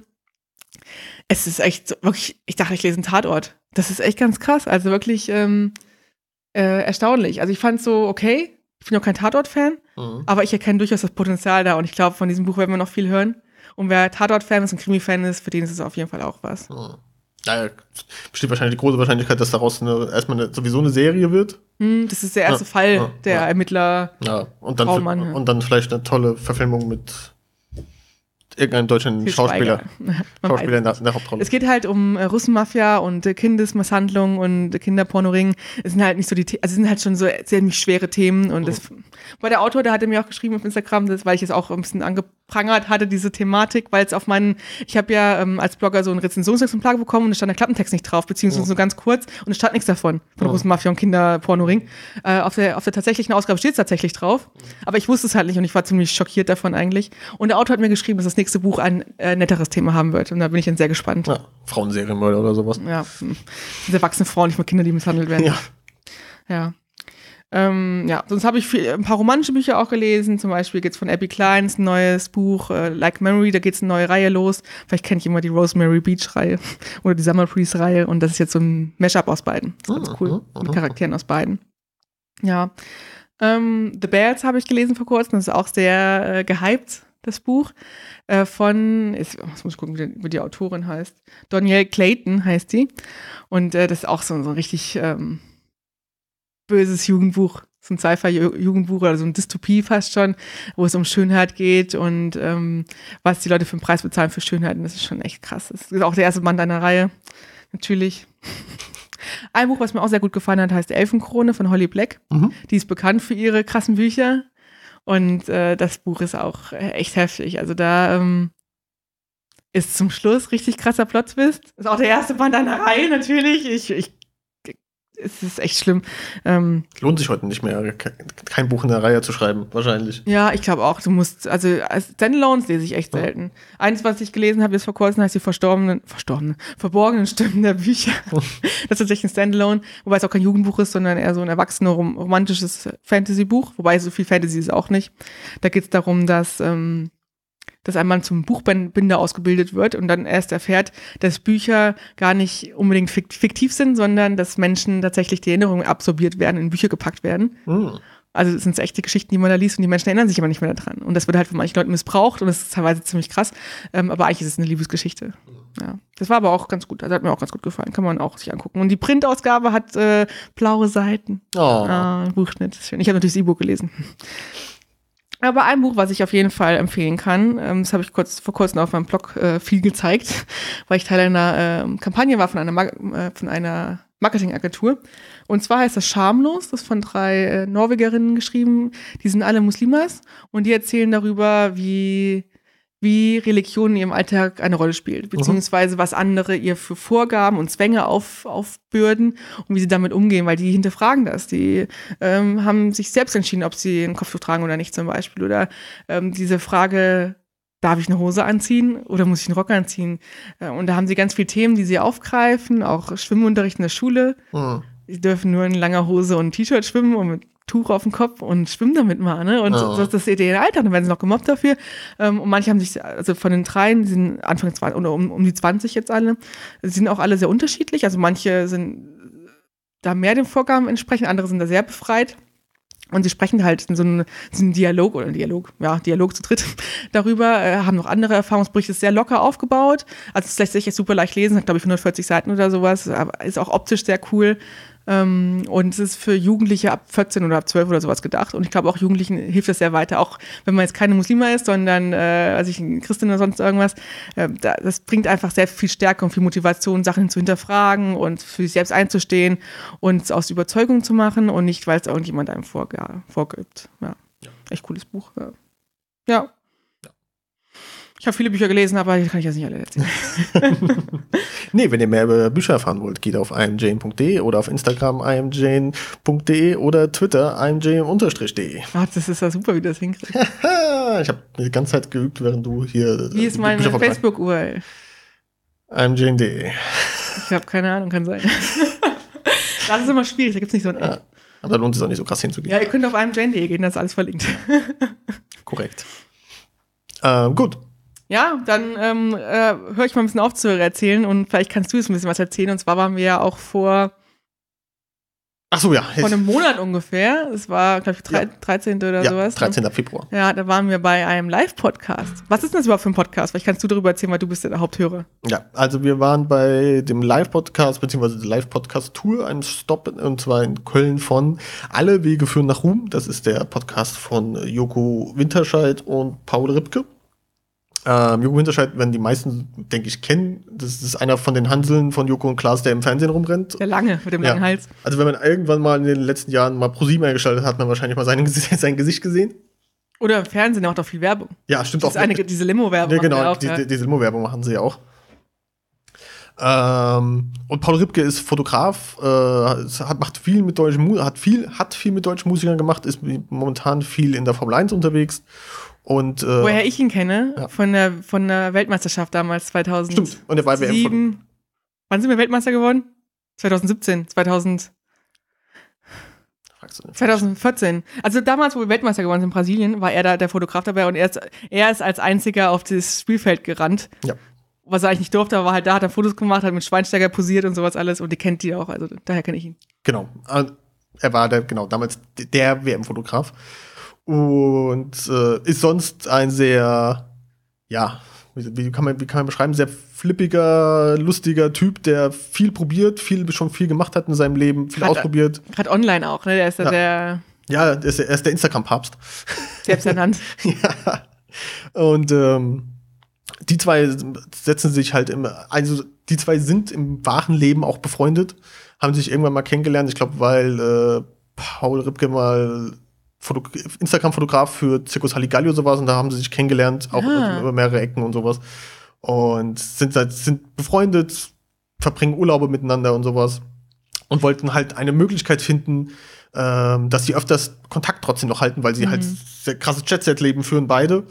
Es ist echt so, wirklich, ich dachte, ich lese einen Tatort. Das ist echt ganz krass. Also wirklich erstaunlich. Also ich fand es so, okay, ich bin auch kein Tatort-Fan, aber ich erkenne durchaus das Potenzial da und ich glaube, von diesem Buch werden wir noch viel hören. Und wer Tatort-Fan ist und Krimi-Fan ist, für den ist es auf jeden Fall auch was. Naja, besteht wahrscheinlich die große Wahrscheinlichkeit, dass daraus erstmal sowieso eine Serie wird. Das ist der erste Fall, der Ermittler. Ja, und dann vielleicht eine tolle Verfilmung mit irgendeinem deutschen Schauspieler in der Hauptrolle. Es geht halt um Russenmafia und Kindesmisshandlung und Kinderpornoring. Es sind halt nicht so es sind halt schon so ziemlich schwere Themen und bei der Autor, der hatte mir auch geschrieben auf Instagram, weil ich es auch ein bisschen angeprangert hatte, diese Thematik, weil es ich habe ja als Blogger so ein Rezensionsexemplar bekommen und es stand der Klappentext nicht drauf, beziehungsweise so ganz kurz und es stand nichts davon, von Russenmafia und Kinderpornoring. Auf der tatsächlichen Ausgabe steht es tatsächlich drauf, aber ich wusste es halt nicht und ich war ziemlich schockiert davon eigentlich. Und der Autor hat mir geschrieben, dass das nächste Buch ein netteres Thema haben wird und da bin ich dann sehr gespannt. Ja, Frauenserienmörder oder sowas. Ja, diese erwachsene Frauen, nicht nur Kinder, die misshandelt werden. Ja. Ja. Sonst habe ich ein paar romantische Bücher auch gelesen. Zum Beispiel geht es von Abby Kleins ein neues Buch, Like Memory, da geht es eine neue Reihe los. Vielleicht kenne ich immer die Rosemary Beach-Reihe oder die Summer Breeze-Reihe. Und das ist jetzt so ein Mashup aus beiden. Das ist ganz cool, mit Charakteren aus beiden. Ja. The Bears habe ich gelesen vor kurzem. Das ist auch sehr gehypt, das Buch. Jetzt muss ich gucken, wie die Autorin heißt. Danielle Clayton heißt die. Und das ist auch so ein richtig böses Jugendbuch, so ein Sci-Fi-Jugendbuch oder so eine Dystopie fast schon, wo es um Schönheit geht und was die Leute für einen Preis bezahlen für Schönheit. Und das ist schon echt krass. Das ist auch der erste Band einer Reihe, natürlich. Ein Buch, was mir auch sehr gut gefallen hat, heißt Elfenkrone von Holly Black. Die ist bekannt für ihre krassen Bücher und das Buch ist auch echt heftig. Also da ist zum Schluss richtig krasser Plot-Twist. Ist auch der erste Band einer Reihe, natürlich. Es ist echt schlimm. Lohnt sich heute nicht mehr, kein Buch in der Reihe zu schreiben, wahrscheinlich. Ja, ich glaube auch, als Standalones lese ich echt selten. Eins, was ich gelesen habe, ist vor kurzem, heißt die verborgenen Stimmen der Bücher. Das ist tatsächlich ein Standalone, wobei es auch kein Jugendbuch ist, sondern eher so ein erwachsenes, romantisches Fantasy-Buch, wobei so viel Fantasy ist auch nicht. Da geht es darum, dass ein Mann zum Buchbinder ausgebildet wird und dann erst erfährt, dass Bücher gar nicht unbedingt fiktiv sind, sondern dass Menschen tatsächlich die Erinnerungen absorbiert werden, in Bücher gepackt werden. Also das sind echte Geschichten, die man da liest und die Menschen erinnern sich aber nicht mehr daran. Und das wird halt von manchen Leuten missbraucht und das ist teilweise ziemlich krass. Aber eigentlich ist es eine Liebesgeschichte. Ja. Das war aber auch ganz gut. Also hat mir auch ganz gut gefallen. Kann man auch sich angucken. Und die Printausgabe hat blaue Seiten. Buchschnitt. Ist schön. Ich habe natürlich das E-Book gelesen. Aber ein Buch, was ich auf jeden Fall empfehlen kann, das habe ich vor kurzem auf meinem Blog viel gezeigt, weil ich Teil einer Kampagne war von einer Marketingagentur. Und zwar heißt das Schamlos, das ist von 3 Norwegerinnen geschrieben, die sind alle Muslimas und die erzählen darüber, wie Religion in ihrem Alltag eine Rolle spielt, beziehungsweise was andere ihr für Vorgaben und Zwänge aufbürden und wie sie damit umgehen, weil die hinterfragen das. Die haben sich selbst entschieden, ob sie ein Kopftuch tragen oder nicht zum Beispiel. Oder diese Frage, darf ich eine Hose anziehen oder muss ich einen Rock anziehen? Und da haben sie ganz viele Themen, die sie aufgreifen, auch Schwimmunterricht in der Schule. Sie dürfen nur in langer Hose und T-Shirt schwimmen und mit Tuch auf dem Kopf und schwimmen damit mal, ne? Und das ist ihr Alter, dann werden sie noch gemobbt dafür. Und manche haben sich, also von den 3, die sind Anfang 20 oder um die 20 jetzt alle, sind auch alle sehr unterschiedlich. Also manche sind da mehr den Vorgaben entsprechend, andere sind da sehr befreit. Und sie sprechen halt in so einem Dialog zu dritt darüber, haben noch andere Erfahrungsberichte, ist sehr locker aufgebaut. Also es lässt sich echt super leicht lesen, hat glaube ich 140 Seiten oder sowas, aber ist auch optisch sehr cool. Und es ist für Jugendliche ab 14 oder ab 12 oder sowas gedacht. Und ich glaube auch Jugendlichen hilft das sehr weiter, auch wenn man jetzt keine Muslima ist, sondern eine Christin oder sonst irgendwas. Das bringt einfach sehr viel Stärke und viel Motivation, Sachen zu hinterfragen und für sich selbst einzustehen und es aus Überzeugung zu machen und nicht, weil es irgendjemand einem vorgibt. Ja. Echt cooles Buch. Ja. Ich habe viele Bücher gelesen, aber die kann ich jetzt nicht alle erzählen. Nee, wenn ihr mehr über Bücher erfahren wollt, geht auf imjane.de oder auf Instagram imjane.de oder Twitter imjane_de. Ach, das ist ja super, wie du das hinkriegst. Ich habe die ganze Zeit geübt, während du hier. Wie ist meine Facebook-URL? imjane.de. Ich habe keine Ahnung, kann sein. Das ist immer schwierig, da gibt es nicht so ein App. Aber da lohnt es auch nicht so krass hinzugehen. Ja, ihr könnt auf imjane.de gehen, das ist alles verlinkt. Korrekt. Gut. Ja, dann höre ich mal ein bisschen auf zu erzählen und vielleicht kannst du jetzt ein bisschen was erzählen. Und zwar waren wir ja auch vor einem Monat ungefähr. Es war, glaube ich, 13. oder sowas. 13. Februar. Ja, da waren wir bei einem Live-Podcast. Was ist denn das überhaupt für ein Podcast? Vielleicht kannst du darüber erzählen, weil du bist ja der Haupthörer. Ja, also wir waren bei dem Live-Podcast, beziehungsweise der Live-Podcast-Tour, einem Stop, und zwar in Köln von Alle Wege führen nach Ruhm. Das ist der Podcast von Joko Winterscheid und Paul Ripke. Joko Winterscheid werden die meisten, denke ich, kennen. Das ist einer von den Hanseln von Joko und Klaas, der im Fernsehen rumrennt. Der lange, mit dem langen Hals. Also wenn man irgendwann mal in den letzten Jahren mal ProSieben eingeschaltet hat, man wahrscheinlich mal sein Gesicht gesehen. Oder im Fernsehen, der macht auch viel Werbung. Ja, stimmt auch. Diese Limo-Werbung. Ja, genau, diese Limo-Werbung machen sie ja auch. Und Paul Ripke ist Fotograf, hat viel mit deutschen Musikern gemacht, ist momentan viel in der Formel 1 unterwegs. Und, woher ich ihn kenne, ja. von der Weltmeisterschaft damals, 2007. Stimmt, und der war WM. Wann sind wir Weltmeister geworden? 2017, 2000. zu. 2014. Also damals, wo wir Weltmeister geworden sind in Brasilien, war er da der Fotograf dabei und er ist als einziger auf das Spielfeld gerannt. Ja. Was er eigentlich nicht durfte, aber war halt da, hat er Fotos gemacht, hat mit Schweinsteiger posiert und sowas alles und die kennt die auch, also daher kenne ich ihn. Genau. Er war damals der WM-Fotograf und ist sonst ein sehr, ja, wie kann man beschreiben, sehr flippiger, lustiger Typ, der viel probiert, schon viel gemacht hat in seinem Leben, viel ausprobiert. Gerade online auch, ne? Der ist der Ja, er ist der Instagram-Papst. Selbsternannt. Ja. Und die zwei setzen sich halt die zwei sind im wahren Leben auch befreundet, haben sich irgendwann mal kennengelernt, ich glaube, weil Paul Ripke mal Instagram-Fotograf für Circus Halligalli sowas und da haben sie sich kennengelernt, auch über mehrere Ecken und sowas. Und sind befreundet, verbringen Urlaube miteinander und sowas. Und wollten halt eine Möglichkeit finden, dass sie öfters Kontakt trotzdem noch halten, weil sie halt sehr krasses Jet-Set-Leben führen, beide.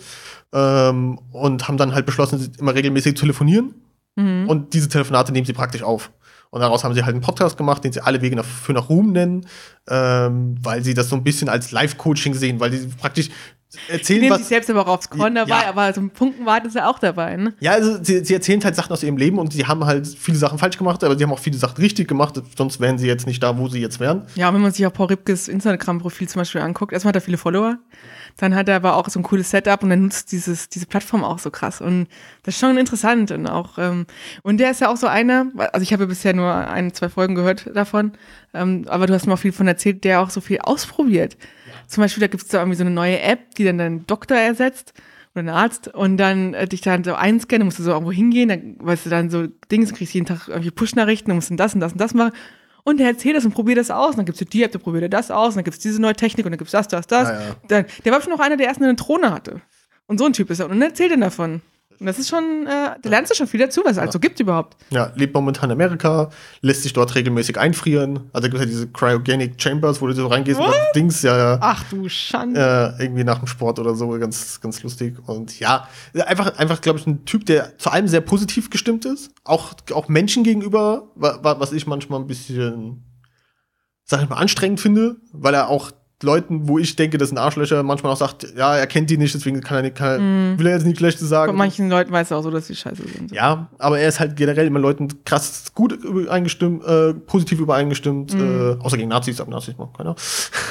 Und haben dann halt beschlossen, immer regelmäßig zu telefonieren. Und diese Telefonate nehmen sie praktisch auf. Und daraus haben sie halt einen Podcast gemacht, den sie alle Wege nach Ruhm nennen, weil sie das so ein bisschen als Live-Coaching sehen, weil sie praktisch erzählen, nehmen sich selbst aber auch aufs Korn dabei, aber so ein Punkten war das ja auch dabei, ne? Ja, also sie erzählen halt Sachen aus ihrem Leben und sie haben halt viele Sachen falsch gemacht, aber sie haben auch viele Sachen richtig gemacht, sonst wären sie jetzt nicht da, wo sie jetzt wären. Ja, wenn man sich auch Paul Ripkes Instagram-Profil zum Beispiel anguckt, erstmal hat er viele Follower, dann hat er aber auch so ein cooles Setup und er nutzt diese Plattform auch so krass und das ist schon interessant und auch, und der ist ja auch so einer, also ich habe bisher nur 1-2 Folgen gehört davon, aber du hast mir auch viel von erzählt, der auch so viel ausprobiert. Zum Beispiel, da gibt es da irgendwie so eine neue App, die dann deinen Doktor ersetzt oder einen Arzt und dann dich dann so einscannen, musst du so irgendwo hingehen, dann weißt du dann so Dings, kriegst jeden Tag irgendwie Push-Nachrichten, dann musst du das und das und das machen. Und der erzählt das und probiert das aus. Und dann gibt's die App, da probiert er das aus. Und dann gibt's diese neue Technik und dann gibt's das. Ja. Dann, der war schon noch einer der ersten, der eine Drohne hatte. Und so ein Typ ist er. Und dann erzählt er davon. Und das ist schon, da lernst du schon viel dazu, was es halt so gibt überhaupt. Ja, lebt momentan in Amerika, lässt sich dort regelmäßig einfrieren. Also da gibt es ja diese Cryogenic Chambers, wo du so reingehst und dann Dings, ja. Ach du Schande. Irgendwie nach dem Sport oder so, ganz, ganz lustig. Und ja, einfach glaube ich, ein Typ, der zu allem sehr positiv gestimmt ist. Auch Menschen gegenüber, was ich manchmal ein bisschen, sag ich mal, anstrengend finde, weil er auch Leuten, wo ich denke, das sind Arschlöcher, manchmal auch sagt, ja, er kennt die nicht, deswegen will er jetzt nichts Schlechtes sagen. Bei manchen Leuten weiß er auch so, dass die scheiße sind. Ja, aber er ist halt generell immer Leuten krass gut übereingestimmt, positiv übereingestimmt, außer gegen Nazis, aber Nazis mag keiner.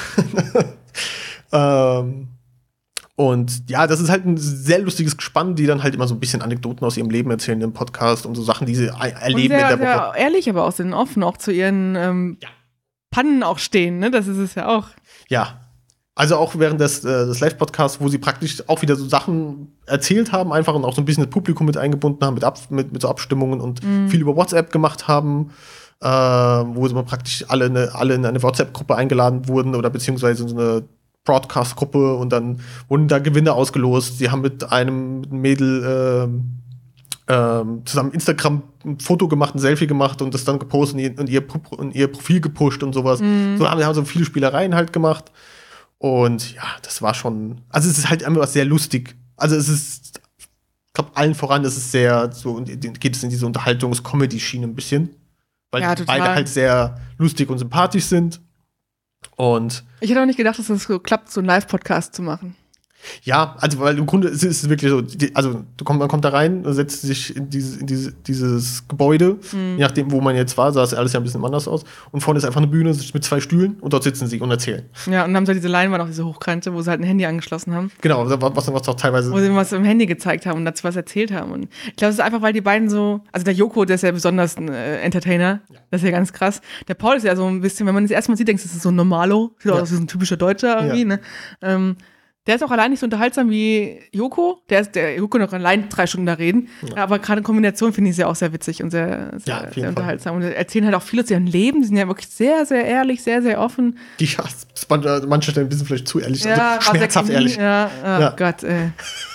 Und ja, das ist halt ein sehr lustiges Gespann, die dann halt immer so ein bisschen Anekdoten aus ihrem Leben erzählen im Podcast und so Sachen, die sie erleben in der Woche. Ja, ehrlich, aber auch sind offen, auch zu ihren Pannen auch stehen, ne? Das ist es ja auch. Ja, also auch während des Live-Podcasts, wo sie praktisch auch wieder so Sachen erzählt haben, einfach und auch so ein bisschen das Publikum mit eingebunden haben, mit so Abstimmungen und viel über WhatsApp gemacht haben, wo sie praktisch alle in eine WhatsApp-Gruppe eingeladen wurden oder beziehungsweise in so eine Broadcast-Gruppe und dann wurden da Gewinne ausgelost. Sie haben mit einem Mädel zusammen Instagram ein Foto gemacht, ein Selfie gemacht und das dann gepostet und ihr Profil gepusht und sowas. So haben so viele Spielereien halt gemacht. Und ja, das war schon, also es ist halt einfach sehr lustig. Also es ist, ich glaube, allen voran, es ist sehr so, geht es in diese Unterhaltungs-Comedy-Schiene ein bisschen. Weil die beide halt sehr lustig und sympathisch sind. Und ich hätte auch nicht gedacht, dass das so klappt, so einen Live-Podcast zu machen. Ja, also weil im Grunde ist es wirklich so, man kommt da rein, setzt sich in dieses Gebäude, je nachdem, wo man jetzt war, sah es alles ja ein bisschen anders aus. Und vorne ist einfach eine Bühne mit 2 Stühlen und dort sitzen sie und erzählen. Ja, und dann haben sie diese Leinwand, auch diese Hochkante, wo sie halt ein Handy angeschlossen haben. Genau, was auch teilweise. Wo sie was im Handy gezeigt haben und dazu was erzählt haben. Und ich glaube, es ist einfach, weil die beiden so, also der Joko, der ist ja besonders ein Entertainer, das ist ja ganz krass. Der Paul ist ja so ein bisschen, wenn man das erstmal sieht, denkst du, das ist so ein Normalo, sieht aus, das ist ein typischer Deutscher irgendwie, ne? Der ist auch allein nicht so unterhaltsam wie Joko. Der Joko noch allein 3 Stunden da reden. Ja. Aber gerade in Kombination finde ich sie auch sehr witzig und sehr unterhaltsam. Und erzählen halt auch viel aus ihrem Leben. Sie sind ja wirklich sehr, sehr ehrlich, sehr, sehr offen. Ja, manche Stellen ein bisschen vielleicht zu ehrlich. Ja, also schmerzhaft ehrlich. Ja, Gott, ey.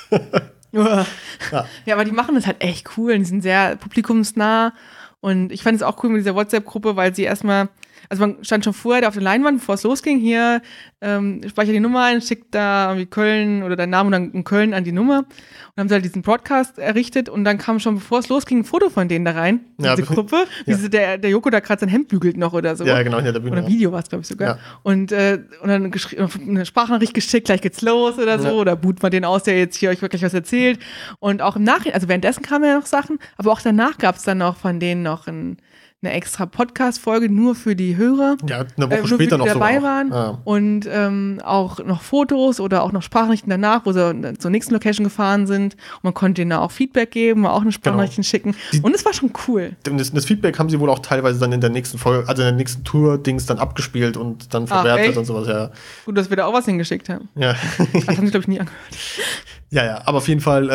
Ja, aber die machen das halt echt cool. Die sind sehr publikumsnah. Und ich fand es auch cool mit dieser WhatsApp-Gruppe, weil sie erstmal, also man stand schon vorher da auf der Leinwand, bevor es losging, hier, speicher die Nummer ein, schickt da irgendwie Köln oder deinen Namen und dann in Köln an die Nummer. Und dann haben sie halt diesen Broadcast errichtet und dann kam schon, bevor es losging, ein Foto von denen da rein, diese Gruppe, wie der Joko da gerade sein Hemd bügelt noch oder so. Ja, genau, hinter der Bühne. Oder ein Video war es, glaube ich, sogar. Ja. Und dann eine Sprachnachricht geschickt, gleich geht's los oder so, oder boot man den aus, der jetzt hier euch wirklich was erzählt. Und auch im Nachhinein, also währenddessen kamen ja noch Sachen, aber auch danach gab es dann noch von denen noch eine extra Podcast-Folge nur für die Hörer. Ja, eine Woche später noch die dabei sogar waren. Ja. Und auch noch Fotos oder auch noch Sprachnachrichten danach, wo sie zur nächsten Location gefahren sind. Und man konnte denen auch Feedback geben, auch eine Sprachnachrichten schicken. Und es war schon cool. Das Feedback haben sie wohl auch teilweise dann in der nächsten Folge, also in der nächsten Tour-Dings dann abgespielt und dann verwertet und sowas, ja. Gut, dass wir da auch was hingeschickt haben. Ja. Das haben sie, glaube ich, nie angehört. Ja, aber auf jeden Fall,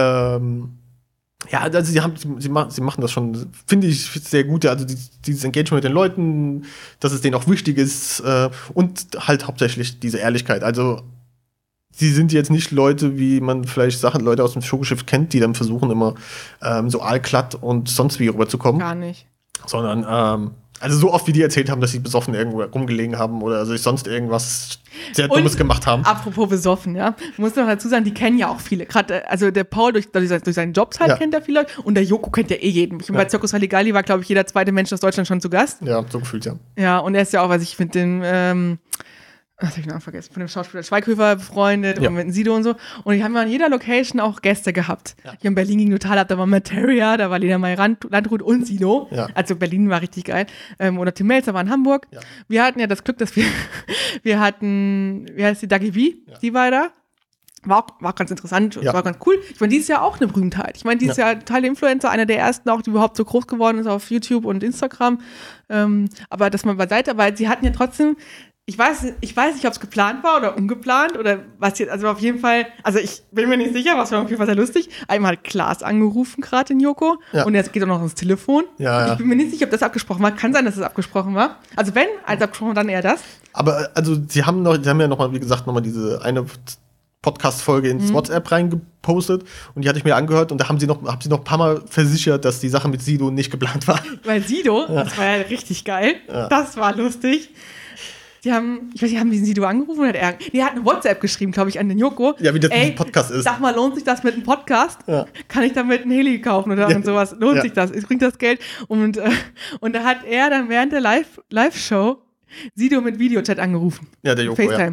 ja, also sie machen das schon, finde ich, sehr gut. Also dieses Engagement mit den Leuten, dass es denen auch wichtig ist und halt hauptsächlich diese Ehrlichkeit. Also sie sind jetzt nicht Leute, wie man vielleicht Leute aus dem Showgeschäft kennt, die dann versuchen immer so aalglatt und sonst wie rüberzukommen. Gar nicht. Sondern also so oft, wie die erzählt haben, dass sie besoffen irgendwo rumgelegen haben oder sich sonst irgendwas sehr Dummes gemacht haben. Apropos besoffen, ja. Ich muss noch dazu sagen, die kennen ja auch viele. Gerade, also der Paul durch seinen Jobs halt kennt er viele Leute und der Joko kennt ja eh jeden. Bei Circus Halligalli war, glaube ich, jeder zweite Mensch aus Deutschland schon zu Gast. Ja, so gefühlt, ja. Ja, und er ist ja auch, ich mit dem was hab ich noch vergessen, von dem Schauspieler Schweighöfer befreundet und mit dem Sido und so. Und die haben ja an jeder Location auch Gäste gehabt. Ja. Hier in Berlin ging total ab, da war Materia, da war Lena May-Landrut und Sido. Ja. Also Berlin war richtig geil. Oder Tim Melzer war in Hamburg. Ja. Wir hatten ja das Glück, dass wir hatten, wie heißt die, Dagi V, die war da. War auch ganz interessant, war ganz cool. Ich meine, die ist ja auch eine Berühmtheit. Ich meine, die ist ja Teil Influencer, einer der ersten auch, die überhaupt so groß geworden ist auf YouTube und Instagram. Aber das mal beiseite, weil sie hatten ja trotzdem, ich weiß nicht, ob es geplant war oder ungeplant oder was jetzt, also auf jeden Fall, also ich bin mir nicht sicher, was war auf jeden Fall sehr lustig. Einmal hat Klaas angerufen, gerade in Joko, und jetzt geht auch noch ans Telefon. Ja. Ich bin mir nicht sicher, ob das abgesprochen war. Kann sein, dass es abgesprochen war. Also wenn, als abgesprochen, dann eher das. Aber also sie haben ja nochmal, wie gesagt, nochmal diese eine Podcast-Folge ins WhatsApp reingepostet und die hatte ich mir angehört und da haben sie noch ein paar Mal versichert, dass die Sache mit Sido nicht geplant war. Weil Sido, das war ja richtig geil, das war lustig. Die haben diesen Sido angerufen und die hat eine WhatsApp geschrieben, glaube ich, an den Joko. Ja, wie das ein Podcast ist. Sag mal, lohnt sich das mit einem Podcast? Ja. Kann ich damit einen Heli kaufen oder sowas? Lohnt sich das? Bringt das Geld? Und da hat er dann während der Live-Show Sido mit Videochat angerufen. Ja, der Joko, FaceTime.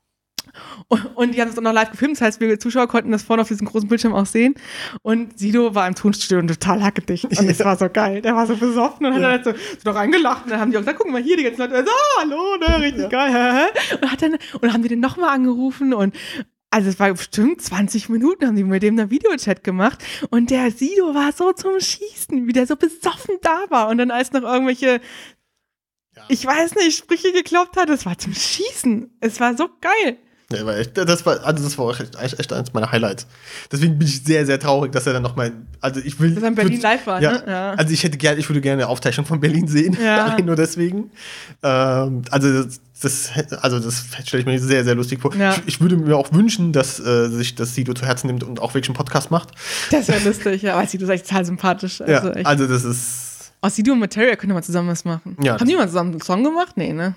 Und die haben es auch noch live gefilmt, das heißt, wir Zuschauer konnten das vorne auf diesem großen Bildschirm auch sehen. Und Sido war im Tonstudio und total hackedicht. Und das war so geil. Der war so besoffen und hat dann halt so noch reingelacht. Und dann haben die auch gesagt, guck mal hier, die ganzen Leute, so, hallo, ne, richtig geil. Und dann haben die den nochmal angerufen und also es war bestimmt 20 Minuten, haben die mit dem einen Videochat gemacht. Und der Sido war so zum Schießen, wie der so besoffen da war. Und dann als noch irgendwelche, ich weiß nicht, Sprüche gekloppt hat, das war zum Schießen. Es war so geil. Ja, das war auch echt eines meiner Highlights. Deswegen bin ich sehr, sehr traurig, dass er dann nochmal, also ich will. Dass er in Berlin live war, ne? Ja. Also ich würde gerne eine Aufzeichnung von Berlin sehen. Ja. Allein nur deswegen. Also das stelle ich mir sehr, sehr lustig vor. Ja. Ich würde mir auch wünschen, dass sich das Sido zu Herzen nimmt und auch wirklich einen Podcast macht. Das wäre lustig, ja. Aber Sido ist echt total sympathisch. Also, ja, also das ist. Aus Sido und Materia können wir zusammen was machen. Ja, haben die mal zusammen einen Song gemacht? Nee, ne?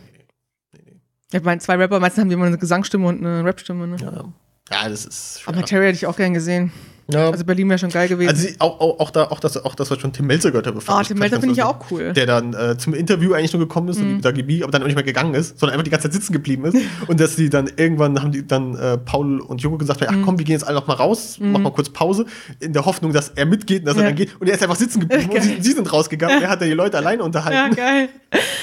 Ich meine, zwei Rapper, meistens haben die immer eine Gesangsstimme und eine Rapstimme, ne? Ja, das ist schwer. Aber Materia hätte ich auch gern gesehen. Ja. Also Berlin wäre schon geil gewesen. Also auch das was schon Tim Melzer gehört hat. Tim Melzer finde ich ja auch cool. Der dann zum Interview eigentlich nur gekommen ist und mit Dagi B, aber dann auch nicht mehr gegangen ist, sondern einfach die ganze Zeit sitzen geblieben ist. Und dass die dann irgendwann haben die dann Paul und Joko gesagt, ach komm, wir gehen jetzt alle noch mal raus, machen mal kurz Pause, in der Hoffnung, dass er mitgeht und dass er dann geht. Und er ist einfach sitzen geblieben und sie sind rausgegangen. Er hat dann die Leute alleine unterhalten. Ja, geil.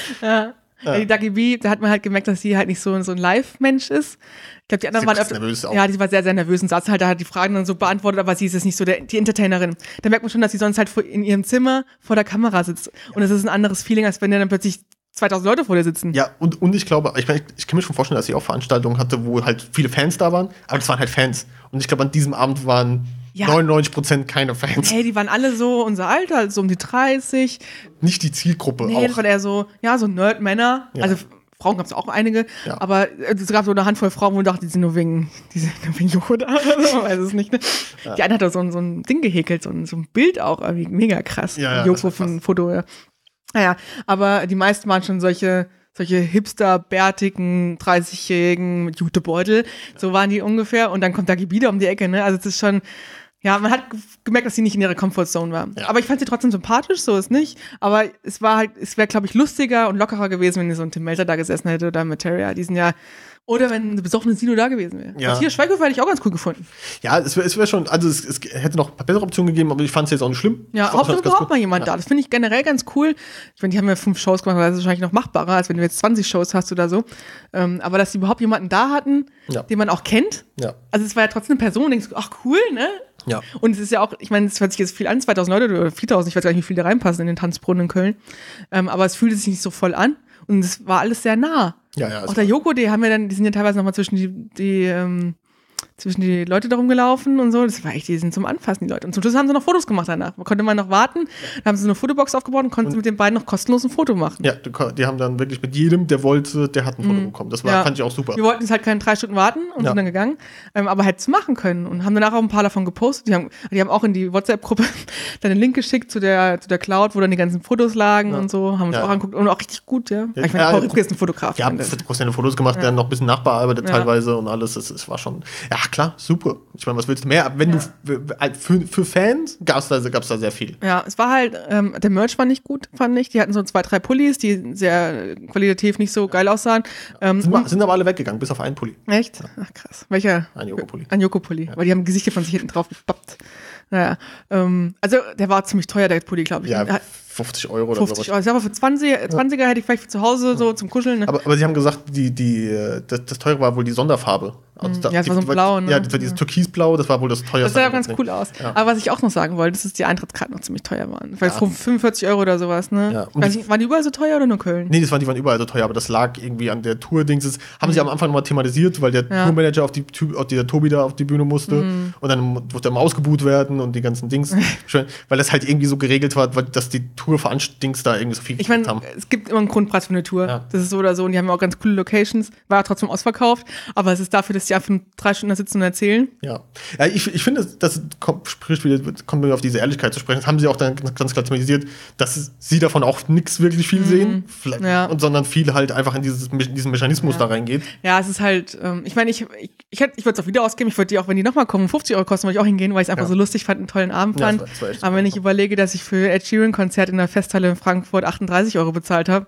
Ja. Die Dagi B, da hat man halt gemerkt, dass sie halt nicht so ein Live-Mensch ist. Ich glaube, die anderen waren nervös auch. Ja, die war sehr, sehr nervös und saß halt, da hat die Fragen dann so beantwortet, aber sie ist jetzt nicht so die Entertainerin. Da merkt man schon, dass sie sonst halt in ihrem Zimmer vor der Kamera sitzt. Und es ist ein anderes Feeling, als wenn dann plötzlich 2000 Leute vor dir sitzen. Ja, und ich glaube, ich kann mir schon vorstellen, dass sie auch Veranstaltungen hatte, wo halt viele Fans da waren, aber das waren halt Fans. Und ich glaube, an diesem Abend waren 99% keine Fans. Hey, die waren alle so unser Alter, also so um die 30. Nicht die Zielgruppe auch. Nee, das war eher so, so Nerd-Männer. Ja. Also Frauen gab es auch einige, aber es gab so eine Handvoll Frauen, wo ich dachte, die sind nur wegen Joko da oder so, weiß es nicht. Ne? Ja. Die eine hat da so ein Ding gehäkelt, so ein Bild auch, irgendwie mega krass. Joko von ein Foto, Naja, aber die meisten waren schon solche solche hipster-bärtigen 30-Jährigen mit Jutebeutel. So waren die ungefähr. Und dann kommt Dagi Bida um die Ecke, ne? Also es ist schon, ja, man hat gemerkt, dass sie nicht in ihrer Comfortzone war. Ja. Aber ich fand sie trotzdem sympathisch, so ist nicht. Aber es wäre, glaube ich, lustiger und lockerer gewesen, wenn so ein Tim Melzer da gesessen hätte oder Materia. Die sind ja, oder wenn eine besoffene Sino da gewesen wäre. Ja. Hier, Schweighöfer hätte ich auch ganz cool gefunden. Ja, es wär schon, also es hätte noch ein paar bessere Optionen gegeben, aber ich fand es jetzt auch nicht schlimm. Ja, Hauptsache überhaupt mal jemand da. Das finde ich generell ganz cool. Ich meine, die haben ja 5 Shows gemacht, das ist wahrscheinlich noch machbarer, als wenn du jetzt 20 Shows hast oder so. Aber dass die überhaupt jemanden da hatten, den man auch kennt. Ja. Also es war ja trotzdem eine Person, denkst du, ach cool, ne? Ja. Und es ist ja auch, ich meine, es hört sich jetzt viel an, 2000 Leute oder 4000, ich weiß gar nicht, wie viele da reinpassen in den Tanzbrunnen in Köln. Aber es fühlte sich nicht so voll an und es war alles sehr nah. Ja, auch der Joko, die sind ja teilweise nochmal zwischen die Leute darum gelaufen und so. Das war echt, die sind zum Anfassen, die Leute. Und zum Schluss haben sie noch Fotos gemacht danach. Man konnte mal noch warten. Dann haben sie so eine Fotobox aufgebaut und konnten mit den beiden noch kostenlos ein Foto machen. Ja, die haben dann wirklich mit jedem, der wollte, der hat ein Foto bekommen. Das fand ich auch super. Wir wollten jetzt halt keine 3 Stunden warten und sind dann gegangen. Aber hätten es machen können. Und haben danach auch ein paar davon gepostet. Die haben auch in die WhatsApp-Gruppe dann einen Link geschickt zu der Cloud, wo dann die ganzen Fotos lagen und so. Haben uns auch angeguckt. Und auch richtig gut, ja. Ich meine, Paul Ripke ist ein Fotograf. Ja, professionelle Fotos gemacht, dann noch ein bisschen nachbearbeitet teilweise und alles. Das war schon, ja klar, super. Ich meine, was willst du mehr? Wenn du für Fans gab's da sehr viel. Ja, es war halt, der Merch war nicht gut, fand ich. Die hatten so 2, 3 Pullis, die sehr qualitativ nicht so geil aussahen. Sind aber alle weggegangen, bis auf einen Pulli. Echt? Ja. Ach krass. Welcher? Ein Joko-Pulli. Ein Joko-Pulli. Ja. Weil die haben Gesichter von sich hinten drauf gepappt. Naja. Also der war ziemlich teuer, der Pulli, glaube ich. Ja, 50 Euro oder 50 Euro. Aber für 20er hätte ich vielleicht für zu Hause so zum Kuscheln. Ne? Aber sie haben gesagt, das teure war wohl die Sonderfarbe. Also das war so ein Blau, ne? Ja, das war dieses Türkisblau, das war wohl das teuerste. Das sah ja ganz cool aus. Ja. Aber was ich auch noch sagen wollte, ist, dass die Eintrittskarten noch ziemlich teuer waren. Weil 45 Euro oder sowas, ne? Ja. Waren die überall so teuer oder nur Köln? Nee, die waren überall so teuer, aber das lag irgendwie an der Tour-Dings. Das haben sie am Anfang nochmal thematisiert, weil der Tourmanager der Tobi da auf die Bühne musste. Und dann durfte er mal ausgebuht werden und die ganzen Dings. Weil das halt irgendwie so geregelt war, dass die Tour-Dings da irgendwie so viel gekriegt haben. Es gibt immer einen Grundpreis für eine Tour. Ja. Das ist so oder so. Und die haben ja auch ganz coole Locations. War trotzdem ausverkauft. Aber es ist dafür, dass die einfach 3 Stunden da sitzen und erzählen. Ja, ich finde, das kommt mir auf diese Ehrlichkeit zu sprechen. Das haben sie auch dann ganz klar thematisiert, dass sie davon auch nichts wirklich viel sehen. Und sondern viel halt einfach in diesen Mechanismus da reingeht. Ja, es ist halt, ich meine, ich würde es auch wieder ausgeben. Ich würde die auch, wenn die nochmal kommen, 50 Euro kosten, würde ich auch hingehen, weil ich es einfach so lustig fand, einen tollen Abend fand. Aber wenn ich überlege, dass ich für Ed Sheeran-Konzert in der Festhalle in Frankfurt 38 Euro bezahlt habe,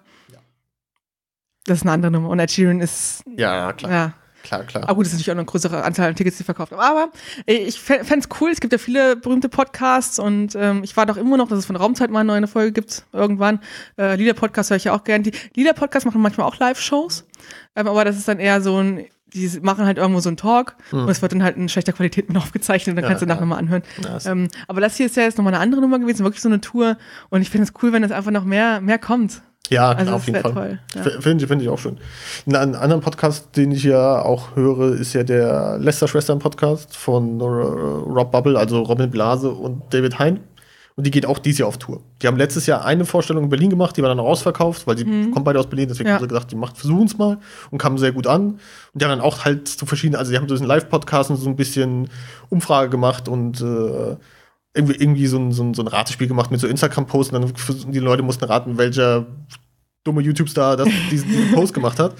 das ist eine andere Nummer. Und Ed Sheeran ist. Ja, klar. Ja. Klar. Aber gut, es ist natürlich auch eine größere Anzahl an Tickets, die verkauft haben. Aber ich fände es cool, es gibt ja viele berühmte Podcasts und ich warte auch immer noch, dass es von Raumzeit mal eine neue Folge gibt, irgendwann. Lieder-Podcast höre ich ja auch gerne. Die Lieder-Podcasts machen manchmal auch Live-Shows, aber das ist dann eher so die machen halt irgendwo so einen Talk und es wird dann halt in schlechter Qualität mit aufgezeichnet und dann kannst du nachher nochmal anhören. Aber das hier ist ja jetzt nochmal eine andere Nummer gewesen, wirklich so eine Tour und ich finde es cool, wenn das einfach noch mehr kommt. Ja, also auf jeden Fall. Toll. Ja. Finde ich auch schön. Einen anderen Podcast, den ich ja auch höre, ist ja der Lester-Schwestern-Podcast von Rob Bubble, also Robin Blase und David Hein. Und die geht auch dieses Jahr auf Tour. Die haben letztes Jahr eine Vorstellung in Berlin gemacht, die war dann ausverkauft, weil die kommen beide aus Berlin, deswegen haben sie gesagt, versuchen es mal und kamen sehr gut an. Und die haben dann auch halt so verschiedene, also die haben so einen Live-Podcast und so ein bisschen Umfrage gemacht und irgendwie so ein Ratespiel gemacht mit so Instagram-Posts und dann die Leute mussten raten, welcher dumme YouTube-Star diesen Post gemacht hat.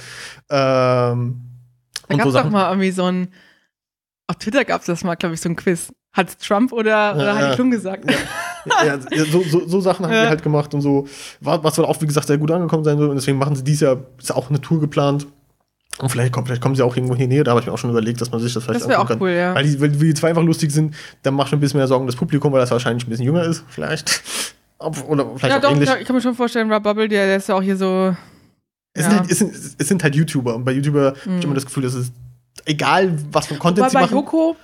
Da gab es doch mal irgendwie auf Twitter gab es das mal, glaube ich, so ein Quiz. Hat es Trump oder Heidi Klum gesagt? Ja, so Sachen haben die halt gemacht und so. Was wohl auch, wie gesagt, sehr gut angekommen sein soll. Und deswegen machen sie dieses Jahr, ist auch eine Tour geplant. Und vielleicht kommen sie auch irgendwo hier näher. Da habe ich mir auch schon überlegt, dass man sich das vielleicht angucken kann. Das wäre auch cool, ja. Weil die zwei einfach lustig sind, dann macht schon ein bisschen mehr Sorgen das Publikum, weil das wahrscheinlich ein bisschen jünger ist, vielleicht. Oder vielleicht auch doch, ähnlich. Ich kann mir schon vorstellen, Rob Bubble, der ist ja auch hier so. Es sind halt YouTuber. Und bei YouTuber habe ich immer das Gefühl, dass es egal, was für Content sie machen. Bei Joko,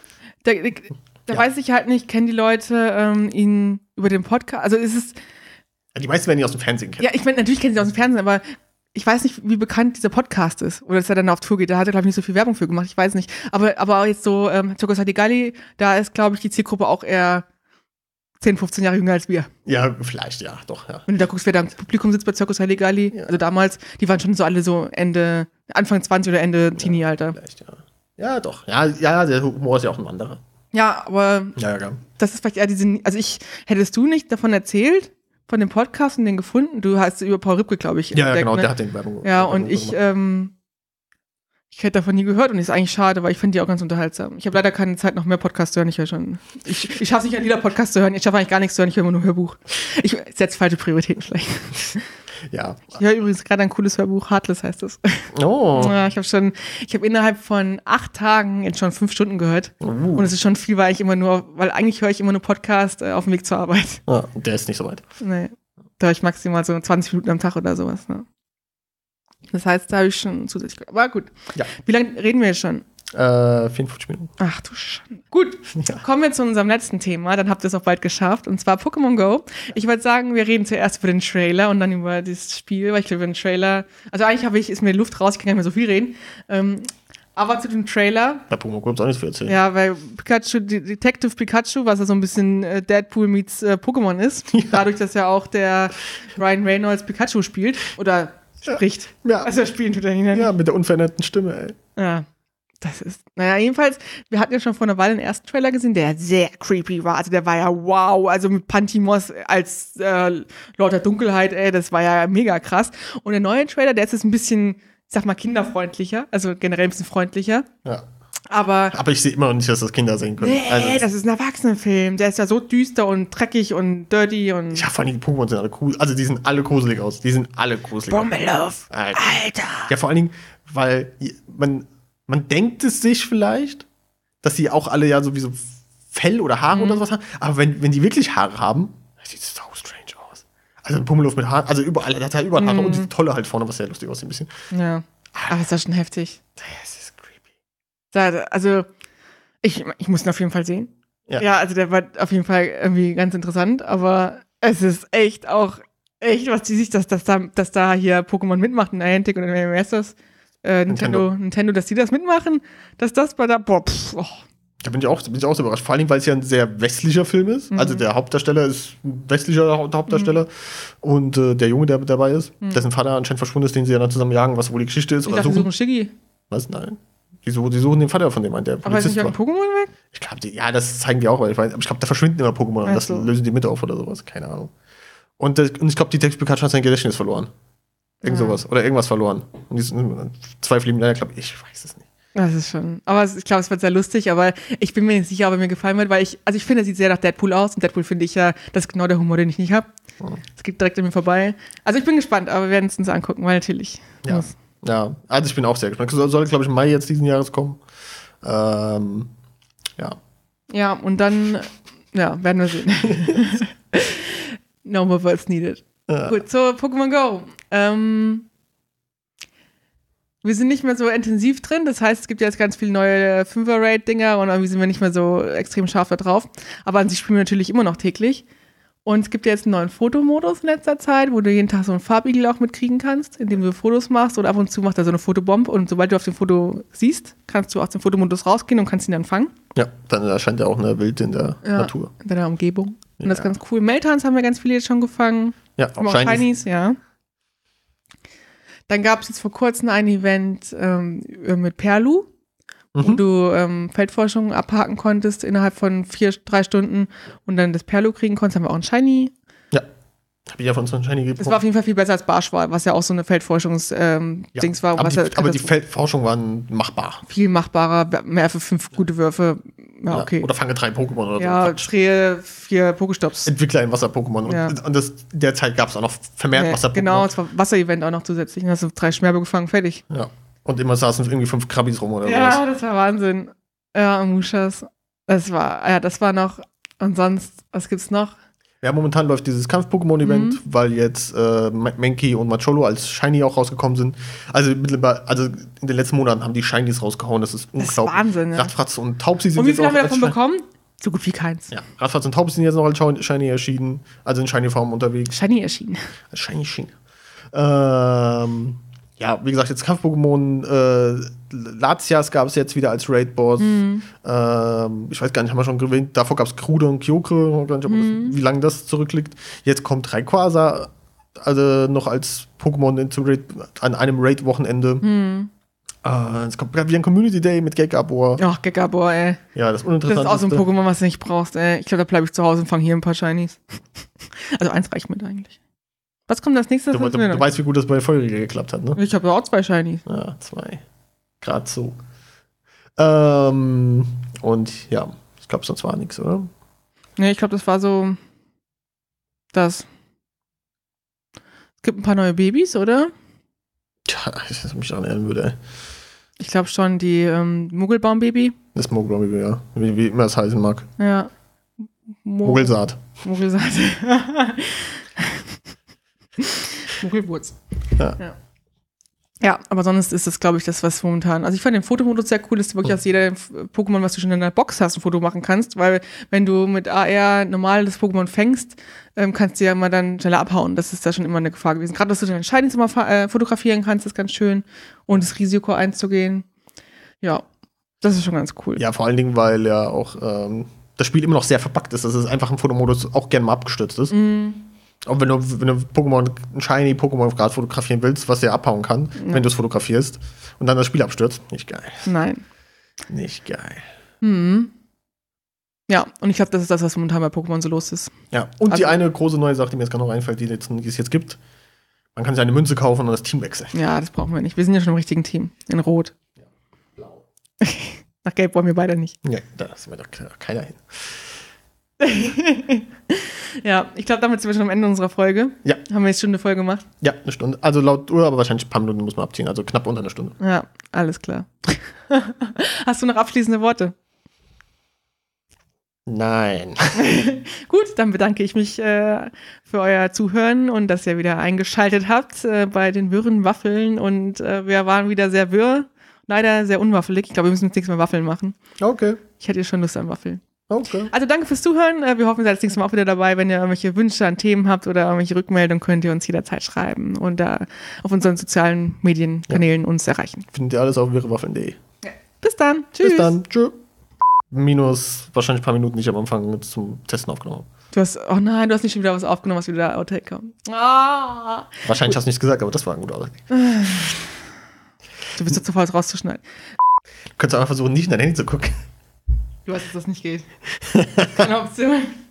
da weiß ich halt nicht, kennen die Leute ihn über den Podcast? Also ist es. Die meisten werden ihn aus dem Fernsehen kennen. Ja, ich meine, natürlich kennen sie ihn aus dem Fernsehen, aber ich weiß nicht, wie bekannt dieser Podcast ist. Oder dass er dann auf Tour geht. Da hat er, glaube ich, nicht so viel Werbung für gemacht. Ich weiß nicht. Aber jetzt so Circus Hadigalli, da ist, glaube ich, die Zielgruppe auch eher 10, 15 Jahre jünger als wir. Ja, vielleicht, ja, doch, ja. Wenn du da guckst, wer da im Publikum sitzt bei Circus Hadigalli, also damals, die waren schon so alle so Anfang 20 oder Ende Teenie-Alter. Vielleicht, ja. Ja, doch. Ja, der Humor ist ja auch ein anderer. Ja, aber ja. Das ist vielleicht eher hättest du nicht davon erzählt, von dem Podcast und den gefunden. Du hast über Paul Ripke, glaube ich, entdeckt, genau, ne? der hat den Werbung. Ja, und ich hätte davon nie gehört und ist eigentlich schade, weil ich finde die auch ganz unterhaltsam. Ich habe leider keine Zeit, noch mehr Podcasts zu hören. Ich schaffe es nicht, an jeder Podcast zu hören. Ich schaffe eigentlich gar nichts zu hören. Ich höre immer nur Hörbuch. Ich setze falsche Prioritäten vielleicht. Ja. Ich höre übrigens gerade ein cooles Hörbuch. Heartless heißt es. Oh. Ja, ich habe innerhalb von 8 Tagen jetzt schon 5 Stunden gehört. Und es ist schon viel, weil eigentlich höre ich immer nur Podcast auf dem Weg zur Arbeit. Ja, der ist nicht so weit. Nee. Da höre ich maximal so 20 Minuten am Tag oder sowas. Ne? Das heißt, da habe ich schon zusätzlich gehört. Aber gut. Ja. Wie lange reden wir jetzt schon? 54 Minuten. Ach du Schande. Gut, kommen wir zu unserem letzten Thema, dann habt ihr es auch bald geschafft, und zwar Pokémon Go. Ich würde sagen, wir reden zuerst über den Trailer und dann über das Spiel, weil ich glaube, über den Trailer, also eigentlich ist mir die Luft raus, ich kann gar nicht mehr so viel reden. Aber zu dem Trailer. Bei Pokémon Go gibt's auch nichts für erzählen. Ja, weil Detective Pikachu, was ja so ein bisschen Deadpool meets Pokémon ist, dadurch, dass ja auch der Ryan Reynolds Pikachu spielt, oder spricht. Ja. Also spielen tut er ihn ja, mit der unveränderten Stimme, ey. Ja. Das ist, jedenfalls, wir hatten ja schon vor einer Weile den ersten Trailer gesehen, der sehr creepy war. Also der war ja wow, also mit Pantimos als Lord der Dunkelheit, das war ja mega krass. Und der neue Trailer, der ist jetzt ein bisschen, ich sag mal, kinderfreundlicher, also generell ein bisschen freundlicher. Ja. Aber ich sehe immer noch nicht, dass das Kinder sehen können. Nee, das ist ein Erwachsenenfilm. Der ist ja so düster und dreckig und dirty und. Ja, vor allem die Pokémon sind alle cool. Also die sind alle gruselig aus. Bombeluff. Alter. Ja, vor allen Dingen, weil man denkt es sich vielleicht, dass die auch alle ja sowieso Fell oder Haare oder sowas haben. Aber wenn die wirklich Haare haben, sieht es so strange aus. Also ein Pummeluff mit Haaren, also überall, der hat ja überall Haare und diese Tolle halt vorne, was sehr lustig aussieht ein bisschen. Ja, aber ist das schon heftig. Das ist creepy. Also, ich muss ihn auf jeden Fall sehen. Ja, also der war auf jeden Fall irgendwie ganz interessant, aber es ist echt, was die sich, dass da hier Pokémon mitmacht in Niantic und in wer ist das? Nintendo, dass die das mitmachen, dass das bei der, Da bin ich auch so überrascht. Vor allem, weil es ja ein sehr westlicher Film ist. Also der Hauptdarsteller ist ein westlicher Hauptdarsteller. Und der Junge, der mit dabei ist, dessen Vater anscheinend verschwunden ist, den sie ja dann zusammen jagen, was wohl die Geschichte ist. Ich dachte, die suchen Shiggy. Was? Nein. Die suchen den Vater von dem, der aber ist nicht ein Pokémon weg? Ich glaube, das zeigen die auch, aber ich glaube, da verschwinden immer Pokémon und das lösen die mit auf oder sowas. Keine Ahnung. Und ich glaube, die Detective Pikachu hat sein Gedächtnis verloren. Irgend sowas. Oder irgendwas verloren. Und die sind zwei Fliegen, ich weiß es nicht. Das ist schon. Aber ich glaube, es wird sehr lustig, aber ich bin mir nicht sicher, ob er mir gefallen wird, weil ich finde, er sieht sehr nach Deadpool aus. Und Deadpool finde ich ja, das ist genau der Humor, den ich nicht habe. Es geht direkt an mir vorbei. Also ich bin gespannt, aber wir werden es uns angucken, weil natürlich. Ja, also ich bin auch sehr gespannt. Soll, glaube ich, im Mai jetzt diesen Jahres kommen. Ja. Ja, und dann, werden wir sehen. No more words needed. Ja. Gut, so Pokémon Go. Wir sind nicht mehr so intensiv drin, das heißt, es gibt ja jetzt ganz viele neue 5er-Raid-Dinger und irgendwie sind wir nicht mehr so extrem scharf da drauf. Aber an sich spielen wir natürlich immer noch täglich. Und es gibt ja jetzt einen neuen Fotomodus in letzter Zeit, wo du jeden Tag so einen Farbigel auch mitkriegen kannst, indem du Fotos machst und ab und zu macht er so eine Fotobomb und sobald du auf dem Foto siehst, kannst du aus dem Fotomodus rausgehen und kannst ihn dann fangen. Ja, dann erscheint er auch eine Wild in der Natur. In deiner Umgebung. Und das ist ganz cool. Meltans haben wir ganz viele jetzt schon gefangen. Ja, auch Shinies, ja. Dann gab es jetzt vor kurzem ein Event mit Perlu, wo du Feldforschung abhaken konntest innerhalb von 3 Stunden und dann das Perlu kriegen konntest. Haben wir auch ein Shiny. Ja, habe ich ja von uns ein Shiny gegeben. Das war auf jeden Fall viel besser als Barschwal, was ja auch so eine Feldforschungs-Dings war. Aber die Feldforschung waren machbar. Viel machbarer, mehr für 5 gute Würfe. Ja, okay. Oder fange 3 Pokémon oder so. Ja, drehe 4 Pokestops. Entwickler in Wasser-Pokémon. Ja. Und derzeit gab es auch noch vermehrt Wasser-Pokémon. Genau, es war Wasser-Event auch noch zusätzlich. Und hast du 3 Schmerbe gefangen, fertig. Ja. Und immer saßen irgendwie 5 Krabbis rum oder so. Ja, das war Wahnsinn. Ja, Mushas. Das war noch. Und sonst, was gibt's noch? Ja, momentan läuft dieses Kampf-Pokémon-Event, weil jetzt Mankey und Macholo als Shiny auch rausgekommen sind. Also in den letzten Monaten haben die Shinies rausgehauen. Das ist unglaublich. Das ist Wahnsinn, ja. Radfratz und Taubsi sind und wie jetzt viel auch haben wir davon bekommen? So gut wie keins. Ja, Radfratz und Taubsi sind jetzt noch als Shiny erschienen. Also in Shiny-Form unterwegs. Shiny erschienen. Shiny. Ja, wie gesagt, jetzt Kampf-Pokémon. Latias gab es jetzt wieder als Raid-Boss. Ich weiß gar nicht, haben wir schon gewähnt. Davor gab es Krude und Kyogre. Ich weiß nicht, wie lange das zurückliegt. Jetzt kommt Rayquaza noch als Pokémon an einem Raid-Wochenende. Es kommt wieder ein Community Day mit Gekabor. Ach, Gekabor, ey. Ja, das Uninteressanteste. Das ist auch so ein Pokémon, was du nicht brauchst, ey. Ich glaube, da bleibe ich zu Hause und fange hier ein paar Shinies. Also 1 reicht mir da eigentlich. Was kommt als nächstes? Du weißt, wie gut das bei der Folge geklappt hat, ne? Ich habe ja auch 2 Shinies. Ja, 2. Gerade so. Und ja, ich glaube, sonst war nichts, oder? Nee, ich glaube, das war so das. Es gibt ein paar neue Babys, oder? Tja, ich mich daran erinnern würde, ey. Ich glaube schon, die Muggelbaum-Baby. Das Muggelbaum, ja. Wie immer es heißen mag. Ja. Muggelsaat. Muggelsaat. Muggelwurz. Ja. Ja, aber sonst ist das, glaube ich, das, was momentan. Also ich fand den Fotomodus sehr cool, dass du wirklich aus jeder Pokémon, was du schon in der Box hast, ein Foto machen kannst, weil wenn du mit AR normal das Pokémon fängst, kannst du ja immer dann schneller abhauen. Das ist da schon immer eine Gefahr gewesen. Gerade, dass du deine Shinies immer fotografieren kannst, ist ganz schön. Und das Risiko einzugehen. Ja, das ist schon ganz cool. Ja, vor allen Dingen, weil ja auch das Spiel immer noch sehr verpackt ist, dass es einfach im Fotomodus auch gerne mal abgestürzt ist. Auch wenn du Pokémon, ein Shiny Pokémon gerade fotografieren willst, was der abhauen kann, wenn du es fotografierst und dann das Spiel abstürzt. Nicht geil. Nein. Nicht geil. Ja, und ich glaube, das ist das, was momentan bei Pokémon so los ist. Ja, und die eine große neue Sache, die mir jetzt gerade noch einfällt, die es jetzt gibt, man kann sich eine Münze kaufen und das Team wechseln. Ja, das brauchen wir nicht. Wir sind ja schon im richtigen Team. In Rot. Ja, blau. Nach Gelb wollen wir beide nicht. Ja, da ist mir doch keiner hin. Ja, ich glaube, damit sind wir schon am Ende unserer Folge. Ja. Haben wir jetzt schon eine Folge gemacht? Ja, eine Stunde. Also laut Uhr, aber wahrscheinlich ein paar Minuten muss man abziehen. Also knapp unter einer Stunde. Ja, alles klar. Hast du noch abschließende Worte? Nein. Gut, dann bedanke ich mich für euer Zuhören und dass ihr wieder eingeschaltet habt bei den wirren Waffeln. Und wir waren wieder sehr wirr, leider sehr unwaffelig. Ich glaube, wir müssen jetzt nichts mehr Waffeln machen. Okay. Ich hätte schon Lust an Waffeln. Okay. Also danke fürs Zuhören. Wir hoffen, ihr seid das nächste Mal auch wieder dabei. Wenn ihr irgendwelche Wünsche an Themen habt oder irgendwelche Rückmeldungen, könnt ihr uns jederzeit schreiben und auf unseren sozialen Medienkanälen uns erreichen. Findet ihr alles auf wirrewaffeln.de. Ja. Bis dann. Tschüss. Bis dann. Tschüss. Minus wahrscheinlich ein paar Minuten, die ich am Anfang zum Testen aufgenommen habe. Oh nein, du hast nicht schon wieder was aufgenommen, was wieder Outtake kam. Ah. Wahrscheinlich hast du nichts gesagt, aber das war ein guter Outtake. Du bist jetzt zu faul, es rauszuschneiden. Du könntest einfach versuchen, nicht in dein Handy zu gucken. Du weißt, dass das nicht geht. Keine Option.